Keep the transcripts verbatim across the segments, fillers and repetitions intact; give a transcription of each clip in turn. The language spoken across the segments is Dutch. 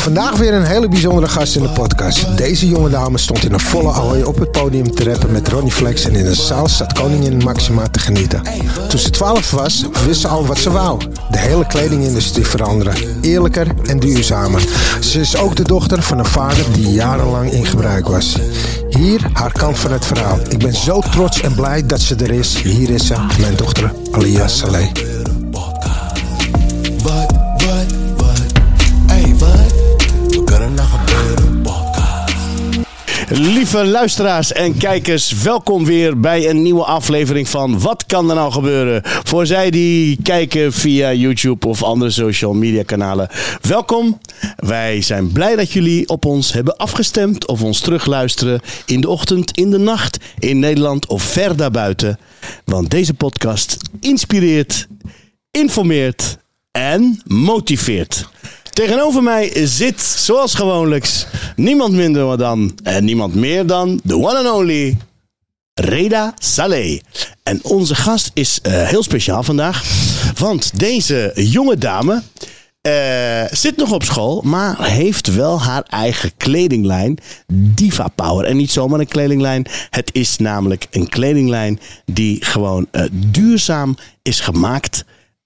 Vandaag weer een hele bijzondere gast in de podcast. Deze jonge dame stond in een volle allooi op het podium te rappen met Ronnie Flex en in de zaal zat koningin Maxima te genieten. Toen ze twaalf was, wist ze al wat ze wou. De hele kledingindustrie veranderen. Eerlijker en duurzamer. Ze is ook de dochter van een vader die jarenlang in gebruik was. Hier haar kant van het verhaal. Ik ben zo trots en blij dat ze er is. Hier is ze, mijn dochter Alia Saleh. Wat, wat, wat, hey wat, we kunnen nog gebeuren, podcast. Lieve luisteraars en kijkers, welkom weer bij een nieuwe aflevering van Wat kan er nou gebeuren? Voor zij die kijken via YouTube of andere social media kanalen, welkom. Wij zijn blij dat jullie op ons hebben afgestemd of ons terugluisteren in de ochtend, in de nacht, in Nederland of ver daarbuiten. Want deze podcast inspireert, informeert en motiveert. Tegenover mij zit, zoals gewoonlijk, niemand minder dan en niemand meer dan de one and only Reda Saleh. En onze gast is uh, heel speciaal vandaag, want deze jonge dame uh, zit nog op school, maar heeft wel haar eigen kledinglijn, Diva Power. En niet zomaar een kledinglijn, het is namelijk een kledinglijn die gewoon uh, duurzaam is gemaakt.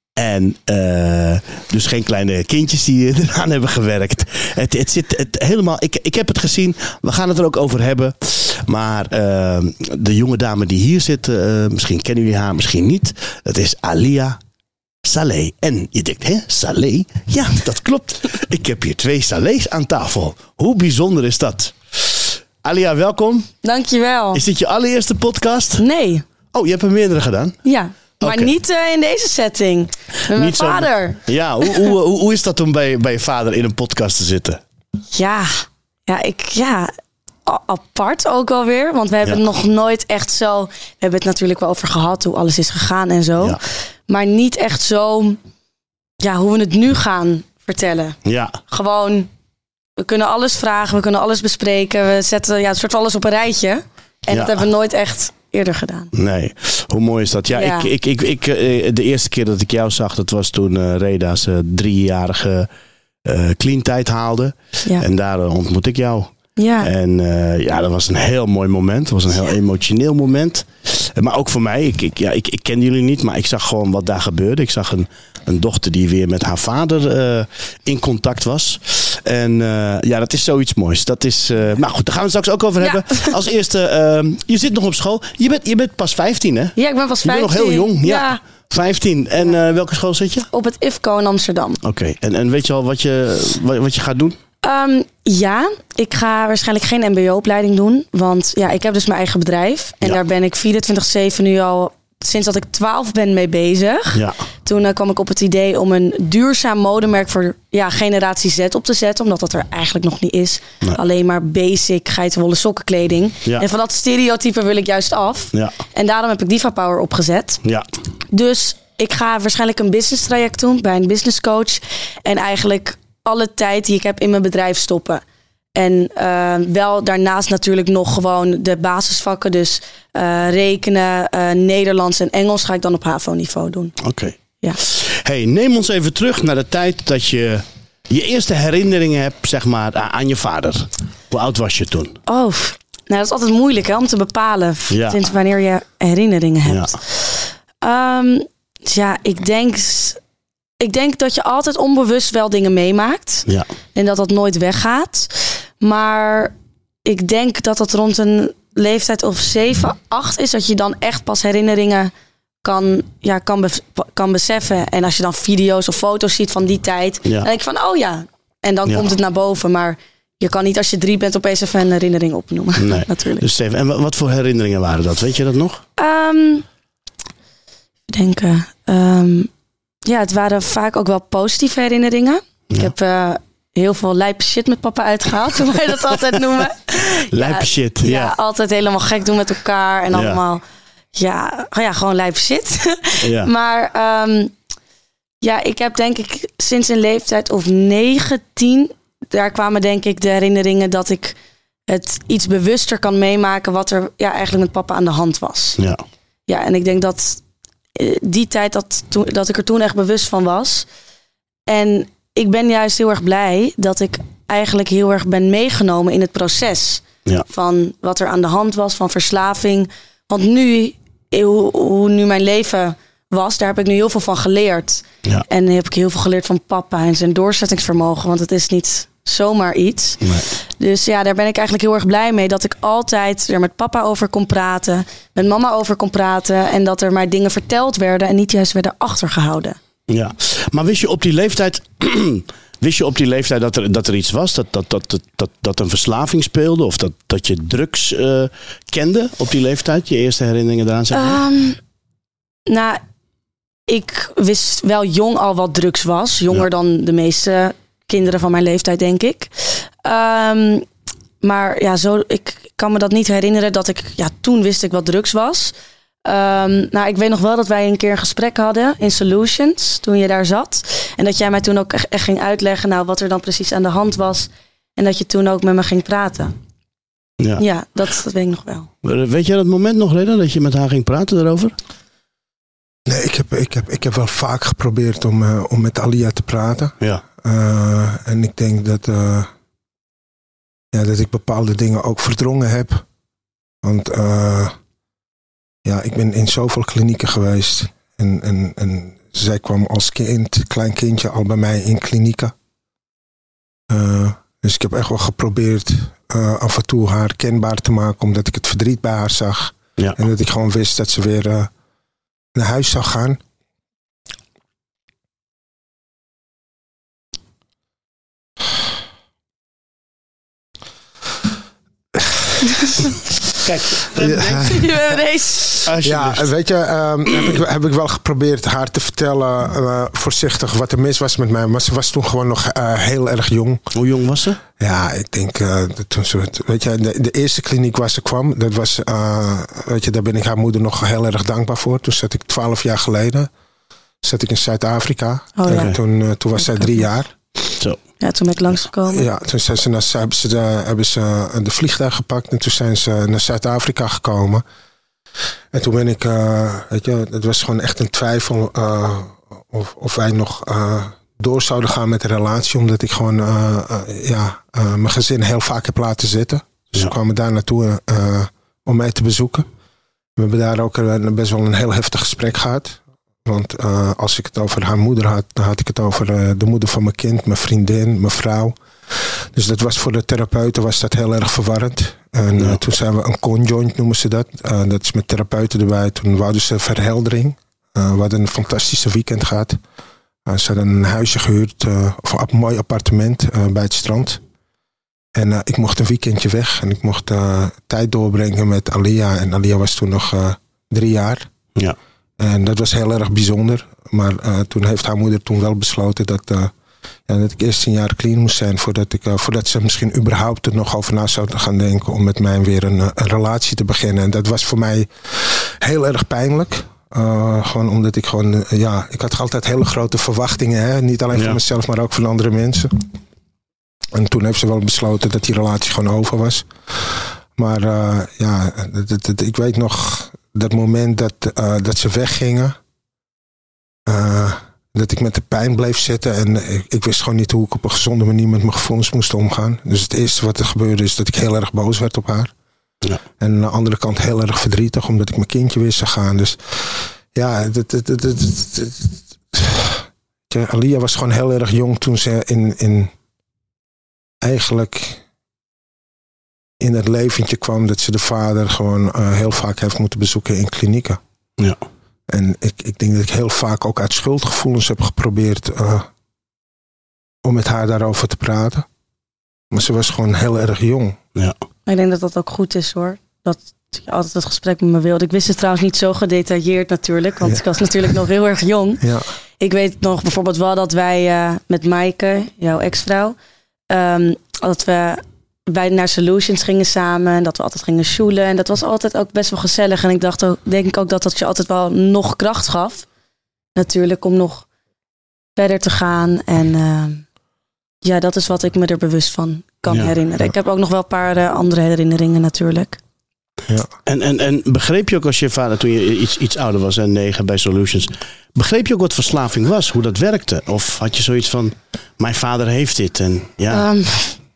En uh, dus geen kleine kindjes die eraan hebben gewerkt. Het, het zit het helemaal. Ik, ik heb het gezien. We gaan het er ook over hebben. Maar uh, de jonge dame die hier zit, uh, misschien kennen jullie haar, misschien niet. Dat is Alia Saleh. En je denkt, hè, Saleh? Ja, dat klopt. Ik heb hier twee Salehs aan tafel. Hoe bijzonder is dat? Alia, welkom. Dankjewel. Is dit je allereerste podcast? Nee. Oh, je hebt er meerdere gedaan? Ja. Maar Okay. niet uh, in deze setting. Met mijn Niet zo- vader. Ja, hoe, hoe, hoe, hoe is dat om bij, bij je vader in een podcast te zitten? Ja, ja, ik, ja, a- apart ook alweer. Want we hebben Ja. het nog nooit echt zo... We hebben het natuurlijk wel over gehad, hoe alles is gegaan en zo. Ja. Maar niet echt zo, ja, hoe we het nu gaan vertellen. Ja, Gewoon, we kunnen alles vragen, we kunnen alles bespreken. We zetten ja, een soort van alles op een rijtje. En Ja. dat hebben we nooit echt eerder gedaan. nee. Hoe mooi is dat? Ja, Ja. Ik, ik, ik, ik, eh, de eerste keer dat ik jou zag, dat was toen uh, Reda's uh, driejarige uh, clean tijd haalde. Ja. En daar uh, ontmoet ik jou. Ja. En uh, ja, dat was een heel mooi moment. Het was een heel emotioneel moment. Uh, maar ook voor mij. Ik, ik, ja, ik, ik ken jullie niet, maar ik zag gewoon wat daar gebeurde. Ik zag een, een dochter die weer met haar vader uh, in contact was. En uh, ja, dat is zoiets moois. Dat is, uh, nou goed, daar gaan we het straks ook over Ja. hebben. Als eerste, uh, je zit nog op school. Je bent, je bent pas vijftien, hè? Ja, ik ben pas Je bent vijftien. nog heel jong. Ja, Ja, vijftien. En uh, welke school zit je? op het I F C O in Amsterdam. Oké, okay. en, en weet je al wat je, wat, wat je gaat doen? Um, ja, ik ga waarschijnlijk geen M B O-opleiding doen. Want ja, ik heb dus mijn eigen bedrijf. En Ja. daar ben ik vierentwintig zeven nu al, sinds dat ik twaalf ben, mee bezig. Ja, Toen uh, kwam ik op het idee om een duurzaam modemerk voor ja, generatie Z op te zetten. Omdat dat er eigenlijk nog niet is. Nee. Alleen maar basic geitenwolle sokkenkleding. Ja. En van dat stereotype wil ik juist af. ja, En daarom heb ik Diva Power opgezet. ja. Dus ik ga waarschijnlijk een business traject doen bij een business coach. En eigenlijk alle tijd die ik heb in mijn bedrijf stoppen. En uh, wel daarnaast natuurlijk nog gewoon de basisvakken. Dus uh, rekenen, uh, Nederlands en Engels ga ik dan op H A V O-niveau doen. Oké. Okay. Ja. Hey, neem ons even terug naar de tijd dat je je eerste herinneringen hebt, zeg maar, aan je vader. Hoe oud was je toen? Oh, nou dat is altijd moeilijk hè, om te bepalen Ja. sinds wanneer je herinneringen hebt. Ja. Um, ja, ik denk, ik denk dat je altijd onbewust wel dingen meemaakt. Ja. En dat dat nooit weggaat. Maar ik denk dat het rond een leeftijd of zeven, acht is. Dat je dan echt pas herinneringen kan, ja, kan, be- kan beseffen. En als je dan video's of foto's ziet van die tijd. Ja. Dan denk ik van, oh ja. En dan Ja. komt het naar boven. Maar je kan niet als je drie bent opeens even een herinnering opnoemen. Nee. Natuurlijk. Dus even, en wa- wat voor herinneringen waren dat? Weet je dat nog? Um, denken. Um, ja, het waren vaak ook wel positieve herinneringen. Ja. Ik heb uh, heel veel lijpe shit met papa uitgehaald, hoe wij dat altijd noemen. Lijpe Ja, shit, Ja, ja. altijd helemaal gek doen met elkaar en Ja. allemaal, ja, oh ja, gewoon lijpe shit. Ja. Maar um, ja, ik heb denk ik sinds een leeftijd of negen, tien, daar kwamen denk ik de herinneringen dat ik het iets bewuster kan meemaken wat er ja, eigenlijk met papa aan de hand was. Ja. Ja, en ik denk dat eh, die tijd dat, toen, dat ik er toen echt bewust van was. En ik ben juist heel erg blij dat ik eigenlijk heel erg ben meegenomen in het proces. Ja. Van wat er aan de hand was, van verslaving. Want nu, hoe, hoe nu mijn leven was, daar heb ik nu heel veel van geleerd. Ja. En heb ik heel veel geleerd van papa en zijn doorzettingsvermogen. Want het is niet zomaar iets. Nee. Dus ja, daar ben ik eigenlijk heel erg blij mee. Dat ik altijd er met papa over kon praten. Met mama over kon praten. En dat er mij dingen verteld werden. En niet juist werden achtergehouden. Ja, maar wist je op die leeftijd... wist je op die leeftijd dat er, dat er iets was? Dat, dat, dat, dat, dat, dat een verslaving speelde? Of dat, dat je drugs uh, kende op die leeftijd? Je eerste herinneringen daaraan zeg maar? Um, nou, ik wist wel jong al wat drugs was. Jonger ja. dan de meeste kinderen van mijn leeftijd, denk ik. Um, maar ja, zo, ik kan me dat niet herinneren dat ik... Ja, toen wist ik wat drugs was. Um, nou, ik weet nog wel dat wij een keer een gesprek hadden in Solutions, toen je daar zat. En dat jij mij toen ook echt, echt ging uitleggen nou, wat er dan precies aan de hand was. En dat je toen ook met me ging praten. Ja, ja dat, dat weet ik nog wel. Weet jij dat moment nog, Reda, dat je met haar ging praten daarover? Nee, ik heb, ik heb, ik heb wel vaak geprobeerd om, uh, om met Alia te praten. Ja. Uh, en ik denk dat, uh, ja, dat ik bepaalde dingen ook verdrongen heb. Want... Uh, Ja, ik ben in zoveel klinieken geweest. En, en, en zij kwam als kind, klein kindje al bij mij in klinieken. Uh, dus ik heb echt wel geprobeerd uh, af en toe haar kenbaar te maken. Omdat ik het verdriet bij haar zag. Ja. En dat ik gewoon wist dat ze weer uh, naar huis zou gaan. Kijk, ja, ja, weet je, um, heb, ik, heb ik wel geprobeerd haar te vertellen, uh, voorzichtig, wat er mis was met mij. Maar ze was toen gewoon nog uh, heel erg jong. Hoe jong was ze? Ja, ik denk, uh, toen ze, weet je, de, de eerste kliniek waar ze kwam, dat was, uh, weet je, daar ben ik haar moeder nog heel erg dankbaar voor. Toen zat ik twaalf jaar geleden, zat ik in Zuid-Afrika. Oh, ja. En toen, uh, toen was zij drie jaar. Zo. Ja, toen ben ik langsgekomen. Ja, toen zijn ze naar, hebben, ze de, hebben ze de vliegtuig gepakt en toen zijn ze naar Zuid-Afrika gekomen. En toen ben ik, uh, weet je, het was gewoon echt een twijfel uh, of, of wij nog uh, door zouden gaan met de relatie. Omdat ik gewoon, uh, uh, ja, uh, mijn gezin heel vaak heb laten zitten. Dus ja. Ze kwamen daar naartoe uh, om mij te bezoeken. We hebben daar ook een, best wel een heel heftig gesprek gehad. Want uh, als ik het over haar moeder had, dan had ik het over uh, de moeder van mijn kind, mijn vriendin, mijn vrouw. Dus dat was voor de therapeuten was dat heel erg verwarrend. En uh, ja. toen zijn we een conjoint noemen ze dat. Uh, dat is met therapeuten erbij. Toen wouden ze verheldering. Uh, we hadden een fantastische weekend gehad. Uh, ze hadden een huisje gehuurd, uh, of een mooi appartement uh, bij het strand. En uh, ik mocht een weekendje weg. En ik mocht uh, tijd doorbrengen met Alia. En Alia was toen nog uh, drie jaar. Ja. En dat was heel erg bijzonder. Maar uh, toen heeft haar moeder toen wel besloten dat, uh, ja, dat ik eerst een jaar clean moest zijn. Voordat, ik, uh, voordat ze misschien überhaupt er nog over na zou gaan denken om met mij weer een, een relatie te beginnen. En dat was voor mij heel erg pijnlijk. Uh, gewoon omdat ik gewoon, uh, ja, ik had altijd hele grote verwachtingen. Hè? Niet alleen ja. van mezelf, maar ook van andere mensen. En toen heeft ze wel besloten dat die relatie gewoon over was. Maar uh, ja, dat, dat, ik weet nog dat moment dat, uh, dat ze weggingen. Uh, dat ik met de pijn bleef zitten. En ik, ik wist gewoon niet hoe ik op een gezonde manier met mijn gevoelens moest omgaan. Dus het eerste wat er gebeurde is dat ik heel erg boos werd op haar. Ja. En aan de andere kant heel erg verdrietig. Omdat ik mijn kindje wist te gaan. Dus ja, dat, dat, dat, dat, dat, Alia was gewoon heel erg jong toen ze in, in eigenlijk in het leventje kwam dat ze de vader gewoon uh, heel vaak heeft moeten bezoeken in klinieken. Ja. En ik, ik denk dat ik heel vaak ook uit schuldgevoelens heb geprobeerd uh, om met haar daarover te praten. Maar ze was gewoon heel erg jong. Ja. Ik denk dat dat ook goed is hoor. Dat je altijd het gesprek met me wilde. Ik wist het trouwens niet zo gedetailleerd natuurlijk. Want ja. ik was natuurlijk nog heel erg jong. Ja. Ik weet nog bijvoorbeeld wel dat wij uh, met Maaike, jouw ex-vrouw, um, dat we wij naar Solutions gingen samen. En dat we altijd gingen sjoelen. En dat was altijd ook best wel gezellig. En ik dacht ook, denk ik ook dat dat je altijd wel nog kracht gaf. Natuurlijk om nog verder te gaan. En uh, ja, dat is wat ik me er bewust van kan ja, herinneren. Ja. Ik heb ook nog wel een paar uh, andere herinneringen natuurlijk. Ja. En, en, en begreep je ook als je vader, toen je iets, iets ouder was en negen bij Solutions, begreep je ook wat verslaving was, hoe dat werkte? Of had je zoiets van, mijn vader heeft dit? En, ja. Um,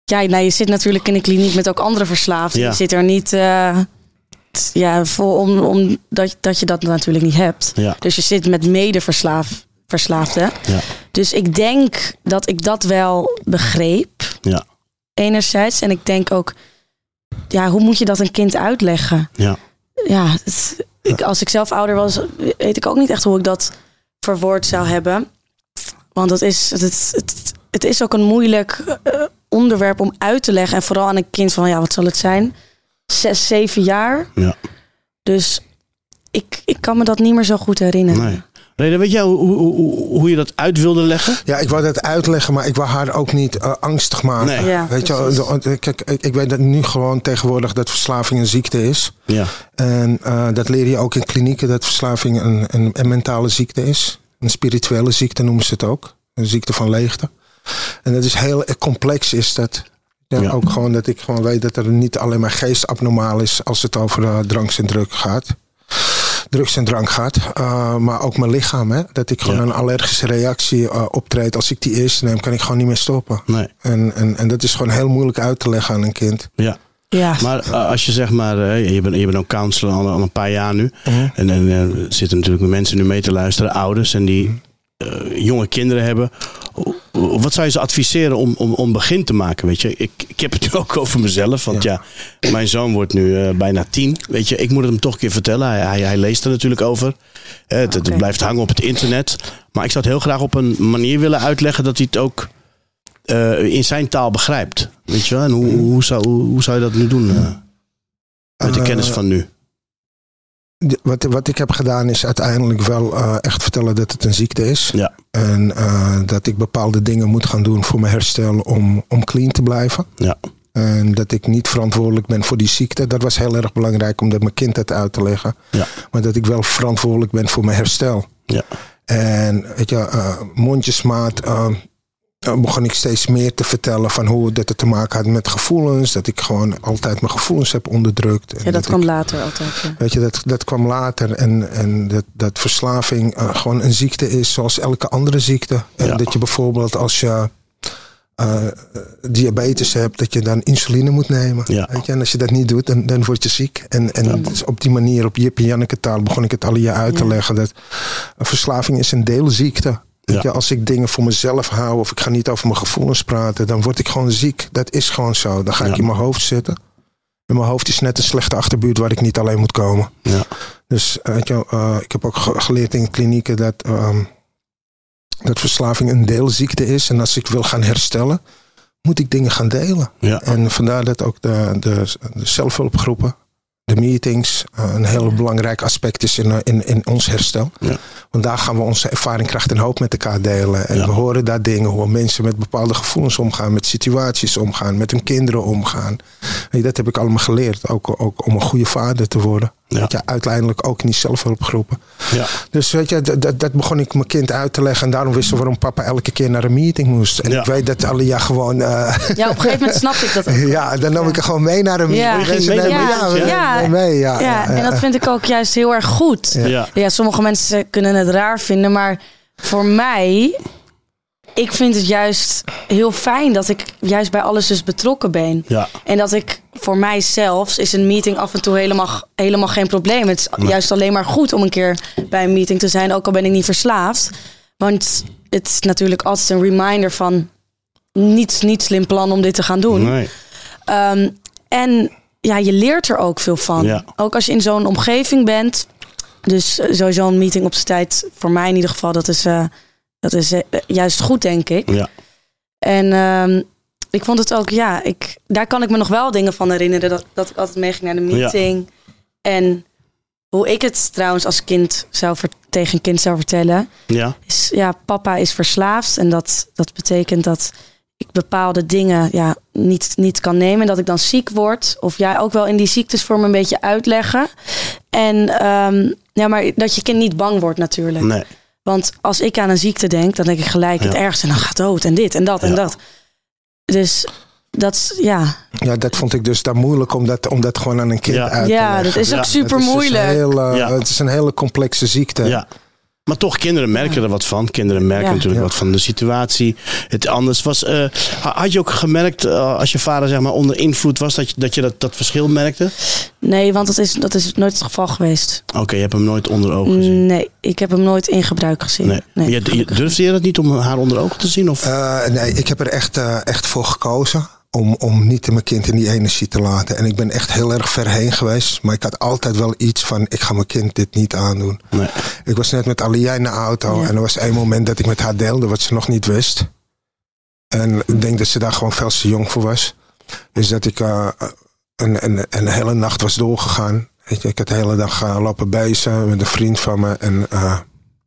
Ja, nou, je zit natuurlijk in een kliniek met ook andere verslaafden. Ja. Je zit er niet uh, t, ja, voor om, om dat, dat je dat natuurlijk niet hebt. Ja. Dus je zit met mede-verslaafden. Ja. Dus ik denk dat ik dat wel begreep. Ja. Enerzijds. En ik denk ook, ja, hoe moet je dat een kind uitleggen? Ja. Ja, het, ik, als ik zelf ouder was, weet ik ook niet echt hoe ik dat verwoord zou hebben. Want het is, het, het, het is ook een moeilijk uh, onderwerp om uit te leggen. En vooral aan een kind van, ja, wat zal het zijn? Zes, zeven jaar. Ja. Dus ik, ik kan me dat niet meer zo goed herinneren. Nee. Reda, weet jij hoe, hoe, hoe, hoe je dat uit wilde leggen? Ja, ik wou dat uitleggen, maar ik wou haar ook niet uh, angstig maken. Nee. Ja, weet je, de, kijk, ik, ik weet dat nu gewoon tegenwoordig dat verslaving een ziekte is. Ja. En uh, dat leer je ook in klinieken, dat verslaving een, een, een mentale ziekte is. Een spirituele ziekte noemen ze het ook. Een ziekte van leegte. En dat is heel complex is dat. Ja, Ja. Ook gewoon dat ik gewoon weet dat er niet alleen maar geest abnormaal is als het over uh, dranks en druk gaat. Drugs en drank gaat. Uh, maar ook mijn lichaam. Hè? Dat ik gewoon Ja. een allergische reactie uh, optreed. Als ik die eerste neem, kan ik gewoon niet meer stoppen. Nee. En, en, en dat is gewoon heel moeilijk uit te leggen aan een kind. Ja. Ja. Maar uh, als je zeg maar, uh, je bent, je bent ook counselor al, al een paar jaar nu. Mhm. En en uh, er zitten natuurlijk mensen nu mee te luisteren, ouders en die uh, jonge kinderen hebben. Wat zou je ze adviseren om, om, om begin te maken? Weet je? Ik, ik heb het nu ook over mezelf. Want ja, ja mijn zoon wordt nu uh, bijna tien. Weet je, ik moet het hem toch een keer vertellen. Hij, hij, hij leest er natuurlijk over. Uh, het, het Okay. blijft hangen op het internet. Maar ik zou het heel graag op een manier willen uitleggen dat hij het ook uh, in zijn taal begrijpt. Weet je wel? En hoe, hoe, zou, hoe, hoe zou je dat nu doen? Uh, met de kennis van nu. De, wat, wat ik heb gedaan is uiteindelijk wel uh, echt vertellen dat het een ziekte is. Ja. En uh, dat ik bepaalde dingen moet gaan doen voor mijn herstel om, om clean te blijven. Ja. En dat ik niet verantwoordelijk ben voor die ziekte. Dat was heel erg belangrijk om dat mijn kind het uit te leggen. Ja. Maar dat ik wel verantwoordelijk ben voor mijn herstel. Ja. En weet je, uh, mondjesmaat uh, uh, begon ik steeds meer te vertellen van hoe dat het te maken had met gevoelens. Dat ik gewoon altijd mijn gevoelens heb onderdrukt. En Ja, dat kwam ik, later altijd. Ja. Weet je, dat, dat kwam later. En, en dat, dat verslaving uh, gewoon een ziekte is zoals elke andere ziekte. En Ja. dat je bijvoorbeeld als je uh, diabetes hebt, dat je dan insuline moet nemen. Ja. Weet je? En als je dat niet doet, dan, dan word je ziek. En, en Ja. dus op die manier, op Jip en Janneke taal, begon ik het alle jaar uit te Ja. leggen. Dat een verslaving is een deelziekte. Weet Ja. je, als ik dingen voor mezelf hou of ik ga niet over mijn gevoelens praten, dan word ik gewoon ziek. Dat is gewoon zo. Dan ga ik Ja. in mijn hoofd zitten. En mijn hoofd is net een slechte achterbuurt waar ik niet alleen moet komen. Ja. Dus weet je, uh, ik heb ook ge- geleerd in klinieken dat, um, dat verslaving een deelziekte is. En als ik wil gaan herstellen, moet ik dingen gaan delen. Ja. En vandaar dat ook de, de, de zelfhulpgroepen, de meetings, uh, een heel belangrijk aspect is in, in, in ons herstel. Ja. Want daar gaan we onze ervaring, kracht en hoop met elkaar delen. En Ja. we horen daar dingen, hoe mensen met bepaalde gevoelens omgaan, met situaties omgaan, met hun kinderen omgaan. En dat heb ik allemaal geleerd, ook, ook om een goede vader te worden. Ja. Weet je, uiteindelijk ook in die zelfhulpgroepen. Ja. Dus weet je, dat, dat, dat begon ik mijn kind uit te leggen. En daarom wist ze waarom papa elke keer naar een meeting moest. En Ja. ik weet dat Alia gewoon... Uh, Ja, op een gegeven moment snapte ik dat ook. ja, dan nam Ja. ik er gewoon mee naar een meeting. Ja. Je ging Mensen mee naar nemen- meetings, ja, we ja? nemen mee, ja, Ja, ja, en dat vind ik ook juist heel erg goed. Ja. Ja. Ja, sommige mensen kunnen het raar vinden, maar voor mij, ik vind het juist heel fijn dat ik juist bij alles dus betrokken ben. Ja. En dat ik, voor mijzelf is een meeting af en toe helemaal, helemaal geen probleem. Het is Nee. juist alleen maar goed om een keer bij een meeting te zijn, ook al ben ik niet verslaafd. Want het is natuurlijk altijd een reminder van niet, niet slim plan om dit te gaan doen. Nee. Um, en ja, je leert er ook veel van. Ja. Ook als je in zo'n omgeving bent. Dus uh, sowieso een meeting op zijn tijd, voor mij in ieder geval, dat is, uh, dat is uh, juist goed, denk ik. Ja. En um, ik vond het ook, ja, ik, daar kan ik me nog wel dingen van herinneren. Dat, dat ik altijd meeging naar de meeting. En hoe ik het trouwens als kind zou ver, tegen een kind zou vertellen. Ja. Is, ja, papa is verslaafd. En dat, dat betekent dat ik bepaalde dingen ja, niet, niet kan nemen. Dat ik dan ziek word. Of jij ook wel in die ziektes een beetje uitleggen. En um, ja, maar dat je kind niet bang wordt natuurlijk. Nee. Want als ik aan een ziekte denk, dan denk ik gelijk Ja. het ergste. En dan gaat dood en dit en dat Ja. en dat. Dus dat is, ja. Ja, dat vond ik dus daar moeilijk om dat, om dat gewoon aan een kind Ja. uit te Ja, leggen. dat is ook Ja. super Het is dus moeilijk. heel, uh, Ja. Het is een hele complexe ziekte. Ja. Maar toch, kinderen merken er wat van. Kinderen merken Ja. natuurlijk Ja. wat van de situatie. Het anders was. Uh, had je ook gemerkt, uh, als je vader zeg maar onder invloed was, dat je dat, je dat, dat verschil merkte? Nee, want dat is, dat is nooit het geval geweest. Oké, okay, je hebt hem nooit onder ogen gezien. Nee, ik heb hem nooit in gebruik gezien. Nee. Nee, je, je, durfde je dat niet om haar onder ogen te zien? Of? Uh, nee, ik heb er echt, uh, echt voor gekozen. Om, om niet mijn kind in die energie te laten. En ik ben echt heel erg ver heen geweest. Maar ik had altijd wel iets van, ik ga mijn kind dit niet aandoen. Nee. Ik was net met Alia in de auto. Ja. En er was één moment dat ik met haar deelde wat ze nog niet wist. En ik denk dat ze daar gewoon veel te jong voor was. Dus dat ik uh, een, een, een hele nacht was doorgegaan. Weet je, ik had de hele dag uh, lopen bezig met een vriend van me. En uh,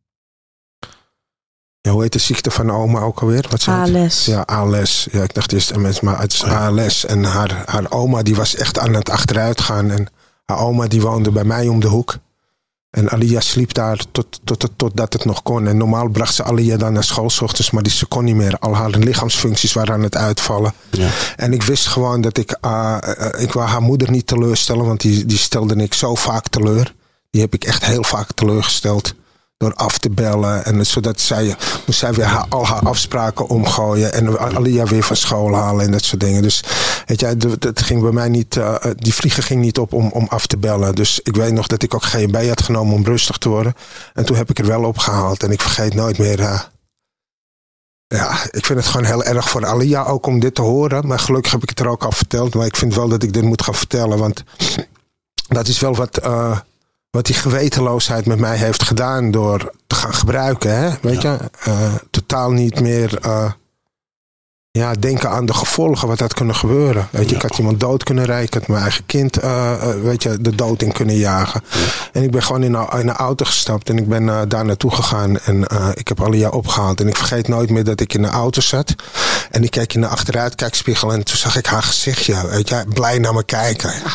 ja, hoe heet de ziekte van oma ook alweer? Wat zei het? A L S. Ja, A L S. Ja, ik dacht eerst aan mensen, maar het is A L S. En haar, haar oma die was echt aan het achteruit gaan. En haar oma die woonde bij mij om de hoek. En Alia sliep daar tot, tot, tot, totdat het nog kon. En normaal bracht ze Alia dan naar school 's ochtends, maar die, ze kon niet meer. Al haar lichaamsfuncties waren aan het uitvallen. Ja. En ik wist gewoon dat ik... Uh, uh, ik wou haar moeder niet teleurstellen, want die, die stelde ik zo vaak teleur. Die heb ik echt heel vaak teleurgesteld. Door af te bellen. En zodat zij, moest zij weer haar, al haar afspraken omgooien. En Alia weer van school halen en dat soort dingen. Dus weet je, het ging bij mij niet. Uh, die vliegen ging niet op om, om af te bellen. Dus ik weet nog dat ik ook G B had genomen om rustig te worden. En toen heb ik er wel opgehaald. En ik vergeet nooit meer. Uh, ja, ik vind het gewoon heel erg voor Alia ook om dit te horen. Maar gelukkig heb ik het er ook al verteld. Maar ik vind wel dat ik dit moet gaan vertellen. Want dat is wel wat... Uh, Wat die gewetenloosheid met mij heeft gedaan door te gaan gebruiken. Hè? Weet ja. je? Uh, totaal niet meer uh, ja, denken aan de gevolgen wat had kunnen gebeuren. Weet je? Ja. Ik had iemand dood kunnen rijden. Ik had mijn eigen kind uh, uh, weet je, de dood in kunnen jagen. Ja. En ik ben gewoon in een, in een auto gestapt. En ik ben uh, daar naartoe gegaan. En uh, ik heb Alia opgehaald. En ik vergeet nooit meer dat ik in de auto zat. En ik keek in de achteruitkijkspiegel. En toen zag ik haar gezichtje. Weet je? Blij naar me kijken. Ja.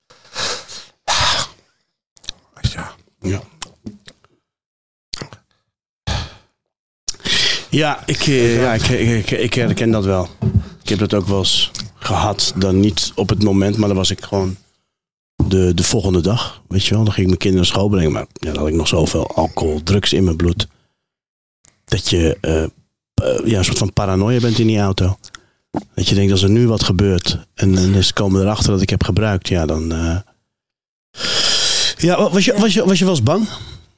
Ja. Ja, ik, ja ik, ik, ik herken dat wel. Ik heb dat ook wel eens gehad. Dan niet op het moment, maar dan was ik gewoon de, de volgende dag. Weet je wel, dan ging ik mijn kinderen naar school brengen. Maar ja, dan had ik nog zoveel alcohol, drugs in mijn bloed. Dat je uh, uh, ja, een soort van paranoia bent in die auto. Dat je denkt, als er nu wat gebeurt en, en ze komen erachter dat ik heb gebruikt, ja, dan... Uh... Ja, was je, was, je, was je wel eens bang?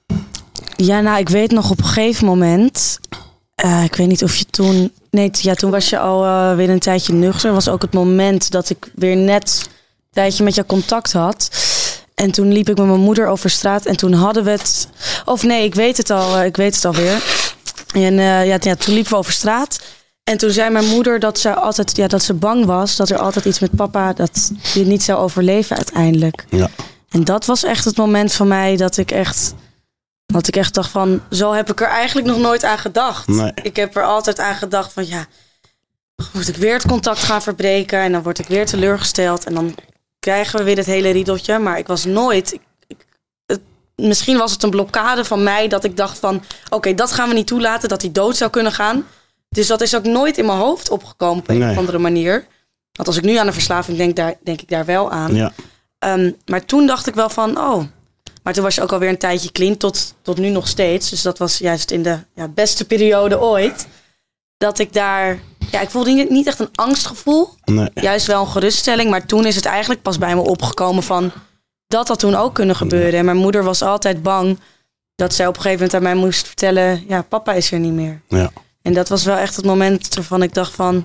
Ja, nou, ik weet nog op een gegeven moment... Uh, ik weet niet of je toen... Nee, ja, toen was je al uh, weer een tijdje nuchter. Was ook het moment dat ik weer net een tijdje met jou contact had. En toen liep ik met mijn moeder over straat. En toen hadden we het... Of nee, ik weet het al. Uh, ik weet het alweer. En uh, ja, ja, toen liepen we over straat. En toen zei mijn moeder dat ze altijd... Ja, dat ze bang was. Dat er altijd iets met papa... Dat hij niet zou overleven uiteindelijk. Ja. En dat was echt het moment van mij dat ik echt... Dat ik echt dacht van... Zo heb ik er eigenlijk nog nooit aan gedacht. Nee. Ik heb er altijd aan gedacht van... Ja, moet ik weer het contact gaan verbreken... En dan word ik weer teleurgesteld... En dan krijgen we weer het hele riedeltje. Maar ik was nooit... Ik, ik, het, misschien was het een blokkade van mij... Dat ik dacht van... Oké, okay, dat gaan we niet toelaten... Dat hij dood zou kunnen gaan. Dus dat is ook nooit in mijn hoofd opgekomen... Op een nee. of andere manier. Want als ik nu aan de verslaving denk... Daar, denk ik daar wel aan. Ja. Um, maar toen dacht ik wel van... Oh... Maar toen was je ook alweer een tijdje clean, tot, tot nu nog steeds. Dus dat was juist in de ja, beste periode ooit. Dat ik daar... Ja, ik voelde niet, niet echt een angstgevoel. Nee. Juist wel een geruststelling. Maar toen is het eigenlijk pas bij me opgekomen van... Dat had toen ook kunnen gebeuren. En mijn moeder was altijd bang... dat zij op een gegeven moment aan mij moest vertellen... Ja, papa is er niet meer. Ja. En dat was wel echt het moment waarvan ik dacht van...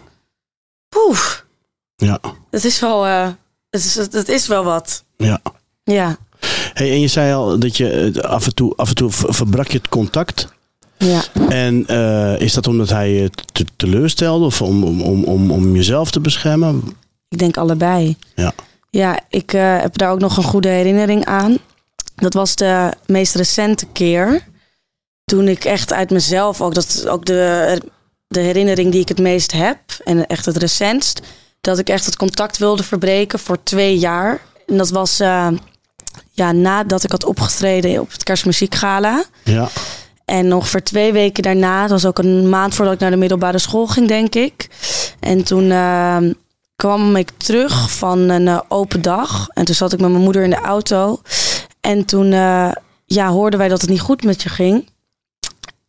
Poef. Ja. Dat is wel... Uh, het, is, het is wel wat. Ja. Ja. Hey, en je zei al dat je af en toe, af en toe verbrak je het contact. Ja. En uh, is dat omdat hij je te, teleurstelde of om, om, om, om, om jezelf te beschermen? Ik denk allebei. Ja. Ja, ik uh, heb daar ook nog een goede herinnering aan. Dat was de meest recente keer. Toen ik echt uit mezelf, ook, dat, ook de, de herinnering die ik het meest heb. En echt het recentst. Dat ik echt het contact wilde verbreken voor twee jaar. En dat was... Uh, Ja, nadat ik had opgetreden op het Kerstmuziekgala. Ja. En nog voor twee weken daarna, dat was ook een maand voordat ik naar de middelbare school ging, denk ik. En toen uh, kwam ik terug van een uh, open dag. En toen zat ik met mijn moeder in de auto. En toen uh, ja, hoorden wij dat het niet goed met je ging.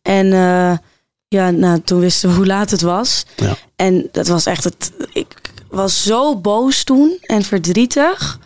En uh, ja, nou, toen wisten we hoe laat het was. Ja. En dat was echt het... Ik was zo boos toen en verdrietig...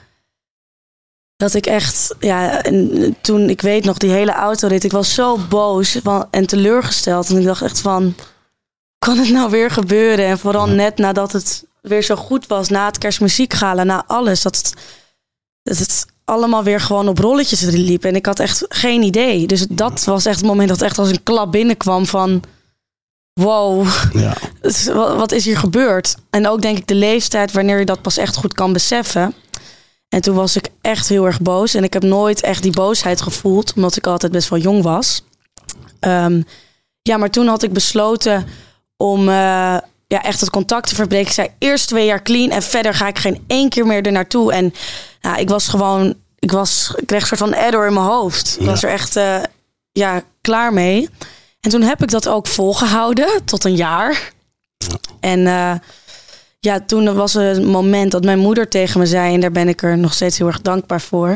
dat ik echt... Ja, en toen, ik weet nog, die hele autorit... ik was zo boos en teleurgesteld. En ik dacht echt van... kan het nou weer gebeuren? En vooral net nadat het weer zo goed was... na het kerstmuziekgala, na alles... dat het, dat het allemaal weer gewoon op rolletjes liep. En ik had echt geen idee. Dus dat was echt het moment dat echt als een klap binnenkwam van... wow, Ja. wat is hier gebeurd? En ook denk ik de leeftijd wanneer je dat pas echt goed kan beseffen. En toen was ik echt heel erg boos. En ik heb nooit echt die boosheid gevoeld, omdat ik altijd best wel jong was. Um, ja, maar toen had ik besloten om uh, ja, echt het contact te verbreken. Ik zei eerst twee jaar clean en verder ga ik geen één keer meer er naartoe. En nou, ik was gewoon, ik, was, ik kreeg een soort van error in mijn hoofd. Ik Ja. was er echt uh, ja, klaar mee. En toen heb ik dat ook volgehouden tot een jaar. Ja. En uh, ja, toen was er een moment dat mijn moeder tegen me zei... en daar ben ik er nog steeds heel erg dankbaar voor.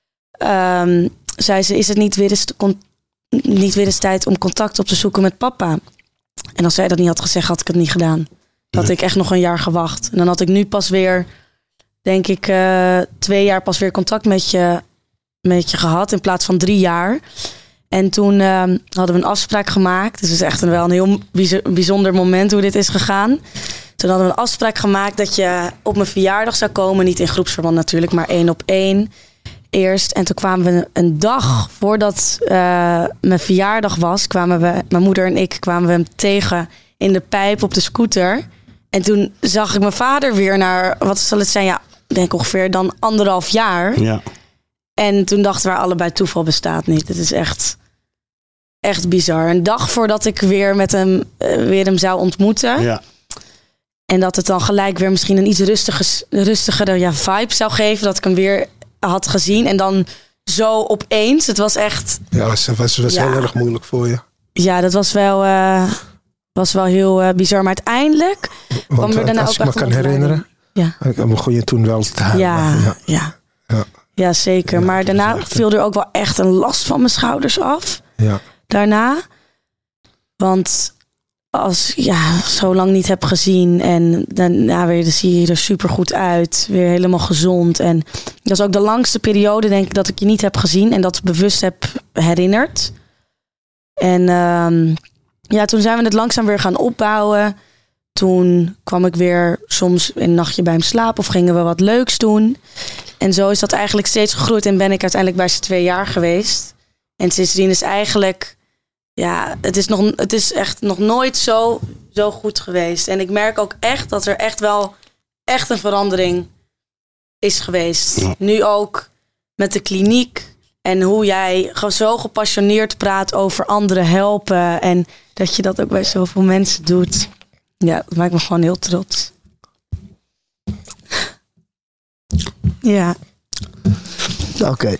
Um, zei ze, is het niet weer, eens de con- niet weer eens tijd om contact op te zoeken met papa? En als zij dat niet had gezegd, had ik het niet gedaan. Dan had ik echt nog een jaar gewacht. En dan had ik nu pas weer, denk ik, uh, twee jaar pas weer contact met je, met je gehad... in plaats van drie jaar... En toen uh, hadden we een afspraak gemaakt. Dus het is echt een, wel een heel bijzonder moment hoe dit is gegaan. Toen hadden we een afspraak gemaakt dat je op mijn verjaardag zou komen. Niet in groepsverband natuurlijk, maar één op één eerst. En toen kwamen we een dag voordat uh, mijn verjaardag was... kwamen we, mijn moeder en ik, kwamen we hem tegen in de pijp op de scooter. En toen zag ik mijn vader weer naar, wat zal het zijn? Ja, denk ongeveer dan anderhalf jaar... Ja. En toen dachten we allebei, toeval bestaat niet. Het is echt, echt bizar. Een dag voordat ik weer met hem, uh, weer hem zou ontmoeten. Ja. En dat het dan gelijk weer misschien een iets rustiger, rustigere ja, vibe zou geven. Dat ik hem weer had gezien. En dan zo opeens. Het was echt... Ja, het was, was, was Ja. heel erg moeilijk voor je. Ja, dat was wel, uh, was wel heel uh, bizar. Maar uiteindelijk kwam Want er daarna als ook ik me echt kan een herinneren, Ja. dan begon je toen wel te huilen. Ja, Ja. ja. Ja. Ja, zeker. Ja, maar dat is daarna echt, viel er ook wel echt een last van mijn schouders af. Ja. Daarna. Want als ja, zo lang niet heb gezien en dan, ja, weer, dan zie je er super goed uit. Weer helemaal gezond. En dat is ook de langste periode, denk ik, dat ik je niet heb gezien en dat bewust heb herinnerd. En um, ja, toen zijn we het langzaam weer gaan opbouwen. Toen kwam ik weer soms een nachtje bij hem slapen of gingen we wat leuks doen. En zo is dat eigenlijk steeds gegroeid en ben ik uiteindelijk bij ze twee jaar geweest. En sindsdien is eigenlijk, ja, het is, nog, het is echt nog nooit zo, zo goed geweest. En ik merk ook echt dat er echt wel echt een verandering is geweest. Ja. Nu ook met de kliniek en hoe jij zo gepassioneerd praat over anderen helpen. En dat je dat ook bij zoveel mensen doet. Ja, dat maakt me gewoon heel trots. Ja. Oké. Okay.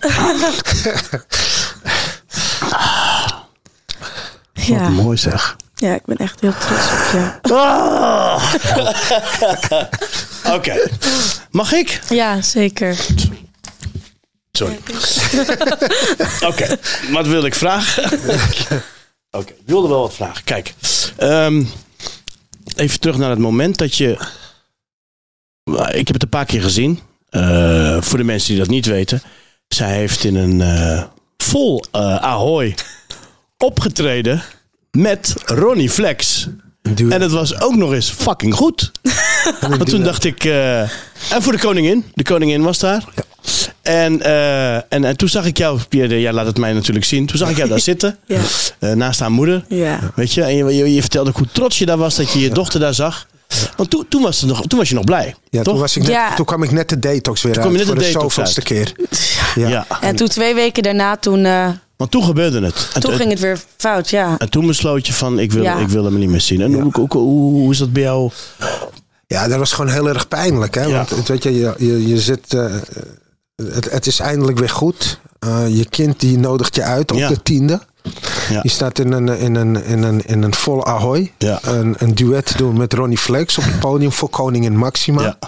Ja. Wat mooi zeg. Ja, ik ben echt heel trots op je. Oh. Oké. Okay. Mag ik? Ja, zeker. Sorry. Oké, okay. Wat wilde ik vragen? Oké, okay. Ik wilde wel wat vragen. Kijk, um, even terug naar het moment dat je... Ik heb het een paar keer gezien. Uh, voor de mensen die dat niet weten. Zij heeft in een uh, vol uh, Ahoy opgetreden met Ronnie Flex. Dude. En het was ook nog eens fucking goed. Want toen dacht ik... Uh, en voor de koningin. De koningin was daar. Ja. En, uh, en, en toen zag ik jou... Jij laat het mij natuurlijk zien. Toen zag ik jou daar zitten. Ja. Uh, naast haar moeder. Ja. Weet je? En je, je, je vertelde ook hoe trots je daar was. Dat je je ja. dochter daar zag. Want toen, toen, was het nog, toen was je nog blij. Ja, toch? Toen, was ik net, Ja. toen kwam ik net de detox weer toen uit. Net voor de, de detox zoveelste keer. Ja. Ja. Ja. En toen twee weken daarna, toen, uh, Want toen gebeurde het. En toen ging het weer fout, ja. En toen besloot je van, ik wil, Ja. ik wil hem niet meer zien. En Ja. hoe, hoe, hoe, hoe is dat bij jou? Ja, dat was gewoon heel erg pijnlijk. Hè? Ja. Want het, weet je, je, je, je zit... Uh, het, het is eindelijk weer goed. Uh, je kind die nodigt je uit op Ja. de tiende. Ja. Je staat in een, in een, in een, in een volle Ahoy. Ja. Een, een duet doen met Ronnie Flex op het podium voor Koningin Maxima. Ja.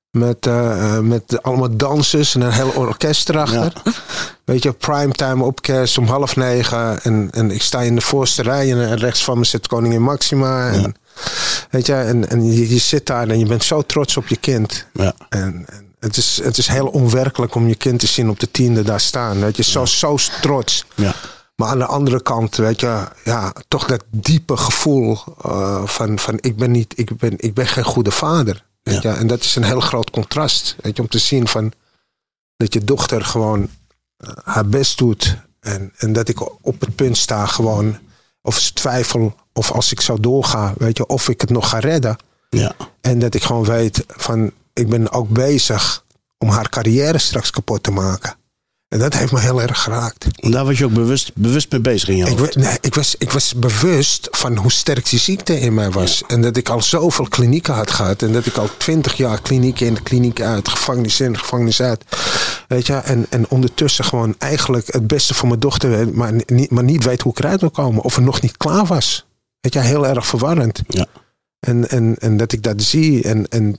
Met, uh, met allemaal dansers en een heel orkest erachter. Ja. Weet je, primetime op kerst om half negen. En, en ik sta in de voorste rij en rechts van me zit koningin Maxima. En, ja. Weet je, en, en je, je zit daar en je bent zo trots op je kind. Ja. En, en het, is, het is heel onwerkelijk om je kind te zien op de tiende daar staan. Weet je, zo, ja. zo trots. Ja. Maar aan de andere kant, weet je, ja, toch dat diepe gevoel uh, van, van ik ben niet, ik ben, ik ben geen goede vader. Weet ja. je? En dat is een heel groot contrast. Weet je, om te zien van dat je dochter gewoon uh, haar best doet. En, en dat ik op het punt sta gewoon, of ze twijfel, of als ik zo doorga, weet je, of ik het nog ga redden. Ja. En dat ik gewoon weet van, ik ben ook bezig om haar carrière straks kapot te maken. En dat heeft me heel erg geraakt. En daar was je ook bewust, bewust mee bezig in je hoofd? Ik, nee, ik, was, ik was bewust van hoe sterk die ziekte in mij was. Ja. En dat ik al zoveel klinieken had gehad. En dat ik al twintig jaar klinieken in de kliniek uit. Gevangenis in, gevangenis uit. Weet je, en, en ondertussen gewoon eigenlijk het beste voor mijn dochter weet. Maar niet, maar niet weet hoe ik eruit wil komen. Of er nog niet klaar was. Weet je, heel erg verwarrend. Ja. En, en, en dat ik dat zie en... en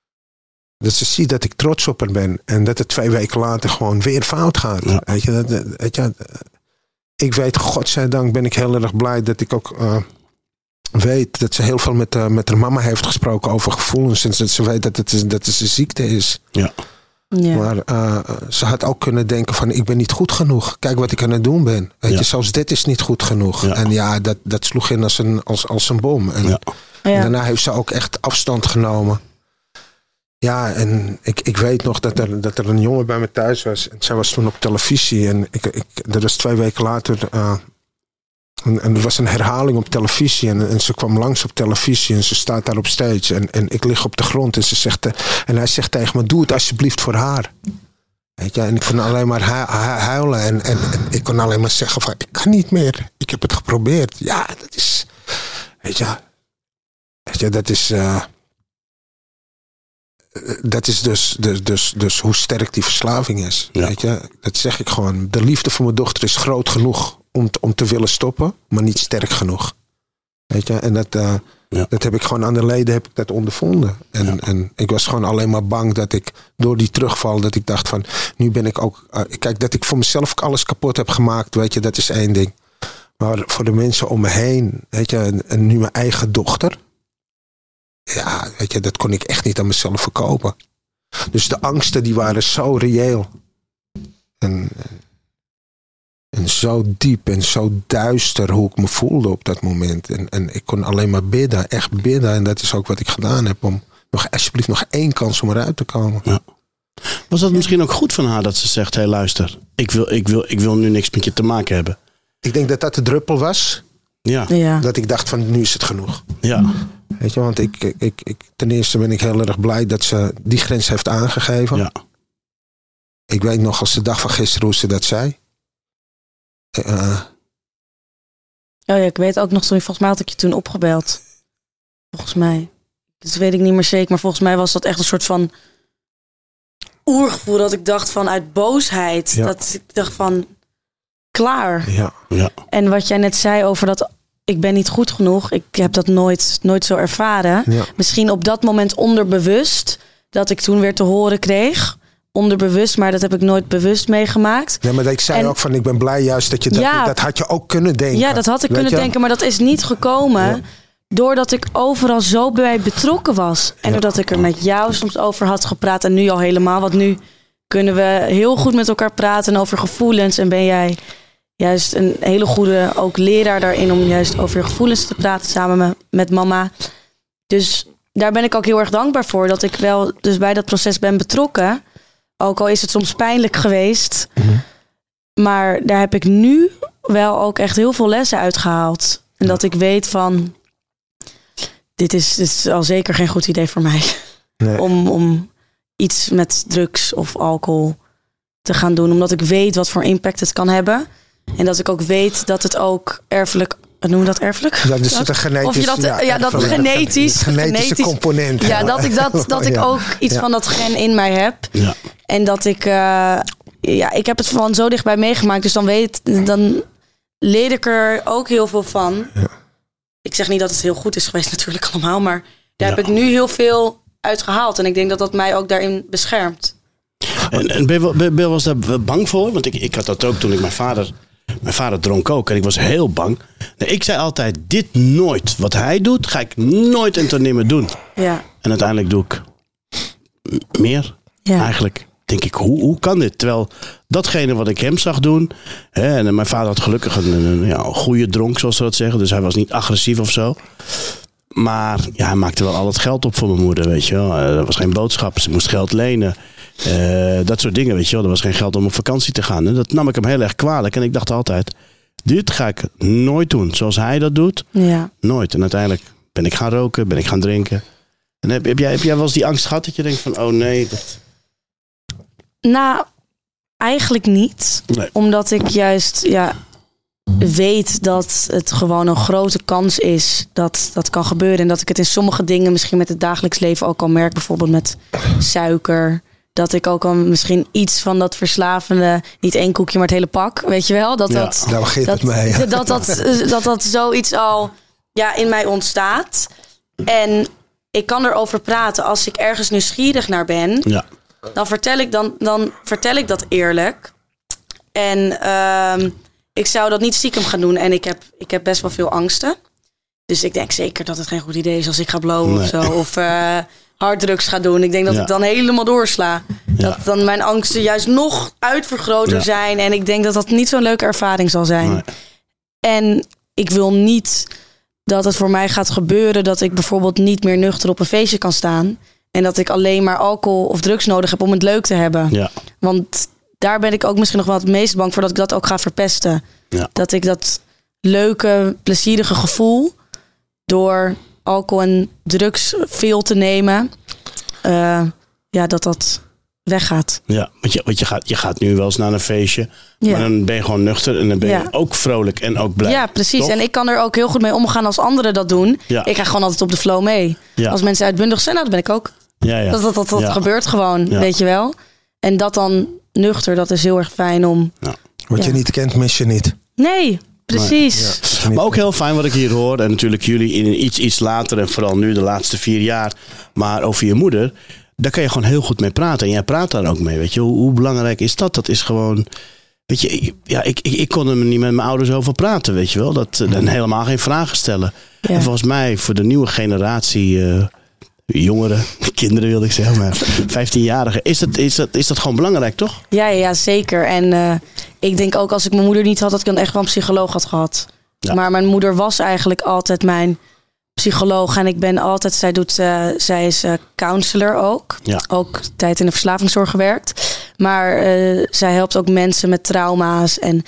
dat ze ziet dat ik trots op haar ben. En dat het twee weken later gewoon weer fout gaat. Ja. Weet je, dat, weet je, ik weet, godzijdank ben ik heel erg blij dat ik ook uh, weet dat ze heel veel met, uh, met haar mama heeft gesproken over gevoelens. En dat ze weet dat het, dat het een ziekte is. Ja. Ja. Maar uh, ze had ook kunnen denken van ik ben niet goed genoeg. Kijk wat ik aan het doen ben. Weet ja. je, zelfs dit is niet goed genoeg. Ja. En ja, dat, dat sloeg in als een, als, als een bom. En, ja. en ja. daarna heeft ze ook echt afstand genomen. Ja, en ik, ik weet nog dat er, dat er een jongen bij me thuis was. En zij was toen op televisie. En ik, ik, dat was twee weken later. Uh, en, en er was een herhaling op televisie. En, en ze kwam langs op televisie. En ze staat daar op stage. En, en ik lig op de grond. En, ze zegt, uh, en hij zegt tegen me, doe het alsjeblieft voor haar. Weet je, en ik kon alleen maar hu- hu- huilen. En, en, en ik kon alleen maar zeggen van, ik kan niet meer. Ik heb het geprobeerd. Ja, dat is... Weet je, weet je dat is... Uh, Dat is dus, dus, dus, dus hoe sterk die verslaving is. Ja. Weet je? Dat zeg ik gewoon. De liefde voor mijn dochter is groot genoeg om, t, om te willen stoppen, maar niet sterk genoeg. Weet je? En dat, uh, ja. dat heb ik gewoon aan de leden heb ik dat ondervonden. En, ja. en ik was gewoon alleen maar bang dat ik door die terugval, dat ik dacht van, nu ben ik ook... Uh, kijk, dat ik voor mezelf alles kapot heb gemaakt, weet je, dat is één ding. Maar voor de mensen om me heen, weet je, en, en nu mijn eigen dochter... Ja, weet je, dat kon ik echt niet aan mezelf verkopen. Dus de angsten die waren zo reëel. En, en zo diep en zo duister hoe ik me voelde op dat moment. En, en ik kon alleen maar bidden, echt bidden. En dat is ook wat ik gedaan heb om nog alsjeblieft nog één kans om eruit te komen. Ja. Was dat misschien ook goed van haar dat ze zegt, hé hey, luister, ik wil, ik, wil, ik wil nu niks met je te maken hebben? Ik denk dat dat de druppel was. Ja. Ja. Dat ik dacht van nu is het genoeg. Ja. Weet je, want ik, ik, ik, ten eerste ben ik heel erg blij dat ze die grens heeft aangegeven. Ja. Ik weet nog als de dag van gisteren hoe ze dat zei. Uh, oh ja, ik weet ook nog, sorry, volgens mij had ik je toen opgebeld. Volgens mij. Dat weet ik niet meer zeker, maar volgens mij was dat echt een soort van oergevoel dat ik dacht van uit boosheid. Ja. Dat ik dacht van klaar. Ja. Ja. En wat jij net zei over dat ik ben niet goed genoeg. Ik heb dat nooit, nooit zo ervaren. Ja. Misschien op dat moment onderbewust. Dat ik toen weer te horen kreeg. Onderbewust, maar dat heb ik nooit bewust meegemaakt. Ja, maar ik zei en, ook van ik ben blij juist dat je dat... Ja, dat had je ook kunnen denken. Ja, dat had ik kunnen je? denken. Maar dat is niet gekomen. Ja. Doordat ik overal zo bij betrokken was. En ja. doordat ik er met jou soms over had gepraat. En nu al helemaal. Want nu kunnen we heel goed met elkaar praten over gevoelens. En ben jij... juist een hele goede ook leraar daarin om juist over je gevoelens te praten samen met, met mama. Dus daar ben ik ook heel erg dankbaar voor. Dat ik wel dus bij dat proces ben betrokken. Ook al is het soms pijnlijk geweest. Mm-hmm. Maar daar heb ik nu wel ook echt heel veel lessen uitgehaald. En ja. dat ik weet van... Dit is, dit is al zeker geen goed idee voor mij. Nee. Om, om iets met drugs of alcohol te gaan doen. Omdat ik weet wat voor impact het kan hebben. En dat ik ook weet dat het ook erfelijk... Noemen we dat erfelijk? Ja, dus dat, een genetisch, of je dat, ja, ja, dat genetisch... Genetische genetisch, component. Ja, dat ik, dat, dat ik ook iets ja. van dat gen in mij heb. Ja. En dat ik... Uh, ja, ik heb het van zo dichtbij meegemaakt. Dus dan weet... Dan leer ik er ook heel veel van. Ja. Ik zeg niet dat het heel goed is geweest natuurlijk allemaal. Maar daar ja. heb ik nu heel veel uitgehaald. En ik denk dat dat mij ook daarin beschermt. En, en ben, je, wel- ben, ben je was daar bang voor? Want ik, ik had dat ook toen ik mijn vader... Mijn vader dronk ook en ik was heel bang. Nee, ik zei altijd, dit nooit. Wat hij doet, ga ik nooit en ten nimmer doen. Ja. En uiteindelijk doe ik m- meer. Ja. Eigenlijk denk ik, hoe, hoe kan dit? Terwijl datgene wat ik hem zag doen... Hè, en mijn vader had gelukkig een, een, ja, een goede dronk, zoals ze dat zeggen. Dus hij was niet agressief of zo. Maar ja, hij maakte wel al het geld op voor mijn moeder, weet je wel. Eh, Er was geen boodschap, ze moest geld lenen. Eh, dat soort dingen, weet je wel. Er was geen geld om op vakantie te gaan. En dat nam ik hem heel erg kwalijk. En ik dacht altijd, dit ga ik nooit doen. Zoals hij dat doet, Ja. nooit. En uiteindelijk ben ik gaan roken, ben ik gaan drinken. En heb, heb, jij, heb jij wel eens die angst gehad dat je denkt van, oh nee. Dat... Nou, eigenlijk niet. Nee. Omdat ik juist ja, weet dat het gewoon een grote kans is dat dat kan gebeuren. En dat ik het in sommige dingen misschien met het dagelijks leven ook al merk. Bijvoorbeeld met suiker. Dat ik ook al misschien iets van dat verslavende, niet één koekje, maar het hele pak. Weet je wel? Dat Ja. dat, Daar begint dat, het mee. dat, dat, dat, dat dat zoiets al ja, in mij ontstaat. En ik kan erover praten als ik ergens nieuwsgierig naar ben. Ja. Dan vertel ik, dan, dan vertel ik dat eerlijk. En ehm, ik zou dat niet stiekem gaan doen. En ik heb, ik heb best wel veel angsten. Dus ik denk zeker dat het geen goed idee is als ik ga blowen Nee. of zo. Of uh, harddrugs ga doen. Ik denk dat Ja. ik dan helemaal doorsla. Ja. Dat dan mijn angsten juist nog uitvergroter Ja. zijn. En ik denk dat dat niet zo'n leuke ervaring zal zijn. Nee. En ik wil niet dat het voor mij gaat gebeuren dat ik bijvoorbeeld niet meer nuchter op een feestje kan staan. En dat ik alleen maar alcohol of drugs nodig heb om het leuk te hebben. Ja. Want daar ben ik ook misschien nog wel het meest bang voor dat ik dat ook ga verpesten. Ja. Dat ik dat leuke, plezierige gevoel door alcohol en drugs veel te nemen, uh, ja, dat dat weggaat. Ja, want, je, want je, gaat, je gaat nu wel eens naar een feestje. Ja. Maar dan ben je gewoon nuchter en dan ben je Ja. ook vrolijk en ook blij. Ja, precies. Toch? En ik kan er ook heel goed mee omgaan als anderen dat doen. Ja. Ik ga gewoon altijd op de flow mee. Ja. Als mensen uitbundig zijn, nou, dat ben ik ook. Ja, ja. Dat, dat, dat, dat Ja. gebeurt gewoon, Ja. weet je wel. En dat dan nuchter, dat is heel erg fijn om... Wat je Ja. niet kent, mis je niet. Nee, precies. Wat je niet- Maar ook heel fijn wat ik hier hoor. En natuurlijk jullie in iets, iets later en vooral nu de laatste vier jaar. Maar over je moeder, daar kan je gewoon heel goed mee praten. En jij praat daar ook mee, weet je. Hoe, hoe belangrijk is dat? Dat is gewoon... Weet je, ja, ik, ik, ik kon er niet met mijn ouders over praten, weet je wel. Dat, en helemaal geen vragen stellen. Ja. En volgens mij voor de nieuwe generatie... eh, jongeren, kinderen wilde ik zeggen, maar vijftienjarigen. Is dat, is, dat, is dat gewoon belangrijk, toch? Ja, ja, zeker. En uh, ik denk ook als ik mijn moeder niet had, dat ik dan echt wel een psycholoog had gehad. Ja. Maar mijn moeder was eigenlijk altijd mijn psycholoog. En ik ben altijd, zij, doet, uh, zij is uh, counselor ook. Ja. Ook tijd in de verslavingszorg gewerkt. Maar uh, zij helpt ook mensen met trauma's. En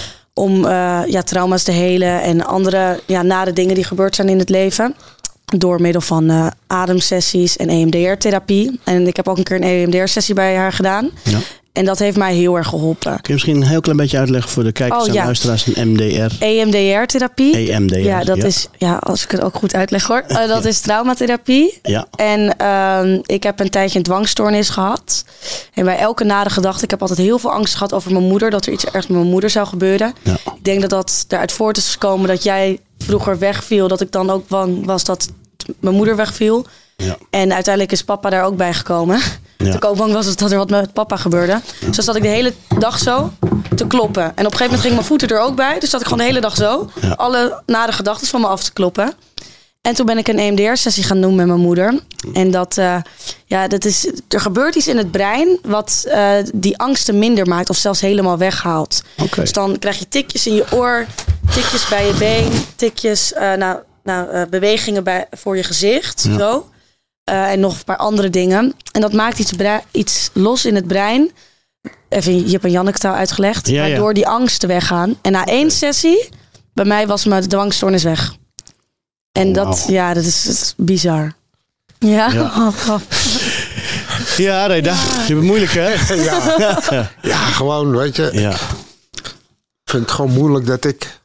om uh, ja, trauma's te helen en andere ja, nare dingen die gebeurd zijn in het leven. Door middel van uh, ademsessies en E M D R-therapie. En ik heb ook een keer een E M D R-sessie bij haar gedaan. Ja. En dat heeft mij heel erg geholpen. Kun je misschien een heel klein beetje uitleggen voor de kijkers Oh, en ja. luisteraars een M D R? E M D R-therapie. E M D R. Ja, dat is, ja, als ik het ook goed uitleg hoor. Uh, dat is traumatherapie. Ja. En uh, ik heb een tijdje een dwangstoornis gehad. En bij elke nare gedachte, ik heb altijd heel veel angst gehad over mijn moeder. Dat er iets ergens met mijn moeder zou gebeuren. Ja. Ik denk dat dat eruit voort is gekomen dat jij vroeger wegviel. Dat ik dan ook bang was dat mijn moeder wegviel. Ja. En uiteindelijk is papa daar ook bij gekomen. Ja. Dat ik ook bang was dat er wat met papa gebeurde. Ja. Dus zat ik de hele dag zo te kloppen. En op een gegeven moment gingen mijn voeten er ook bij. Dus zat ik gewoon de hele dag zo. Ja. Alle nare gedachten van me af te kloppen. En toen ben ik een E M D R-sessie gaan doen met mijn moeder. En dat, uh, ja, dat is, er gebeurt iets in het brein wat uh, die angsten minder maakt of zelfs helemaal weghaalt. Okay. Dus dan krijg je tikjes in je oor, tikjes bij je been, tikjes, uh, nou, nou, uh, bewegingen bij, voor je gezicht. Ja. Zo. Uh, en nog een paar andere dingen. En dat maakt iets, brei- iets los in het brein. Even Jip en Janneke taal uitgelegd. Ja, ja. Waardoor die angsten weggaan. En na één sessie, bij mij was mijn dwangstoornis weg. En Oh, dat, wauw. ja, dat is, dat is bizar. Ja. Ja. Ja, Reda, je hebt het moeilijk, hè? Ja. Ja, gewoon, weet je. Ja. Ik vind het gewoon moeilijk dat ik...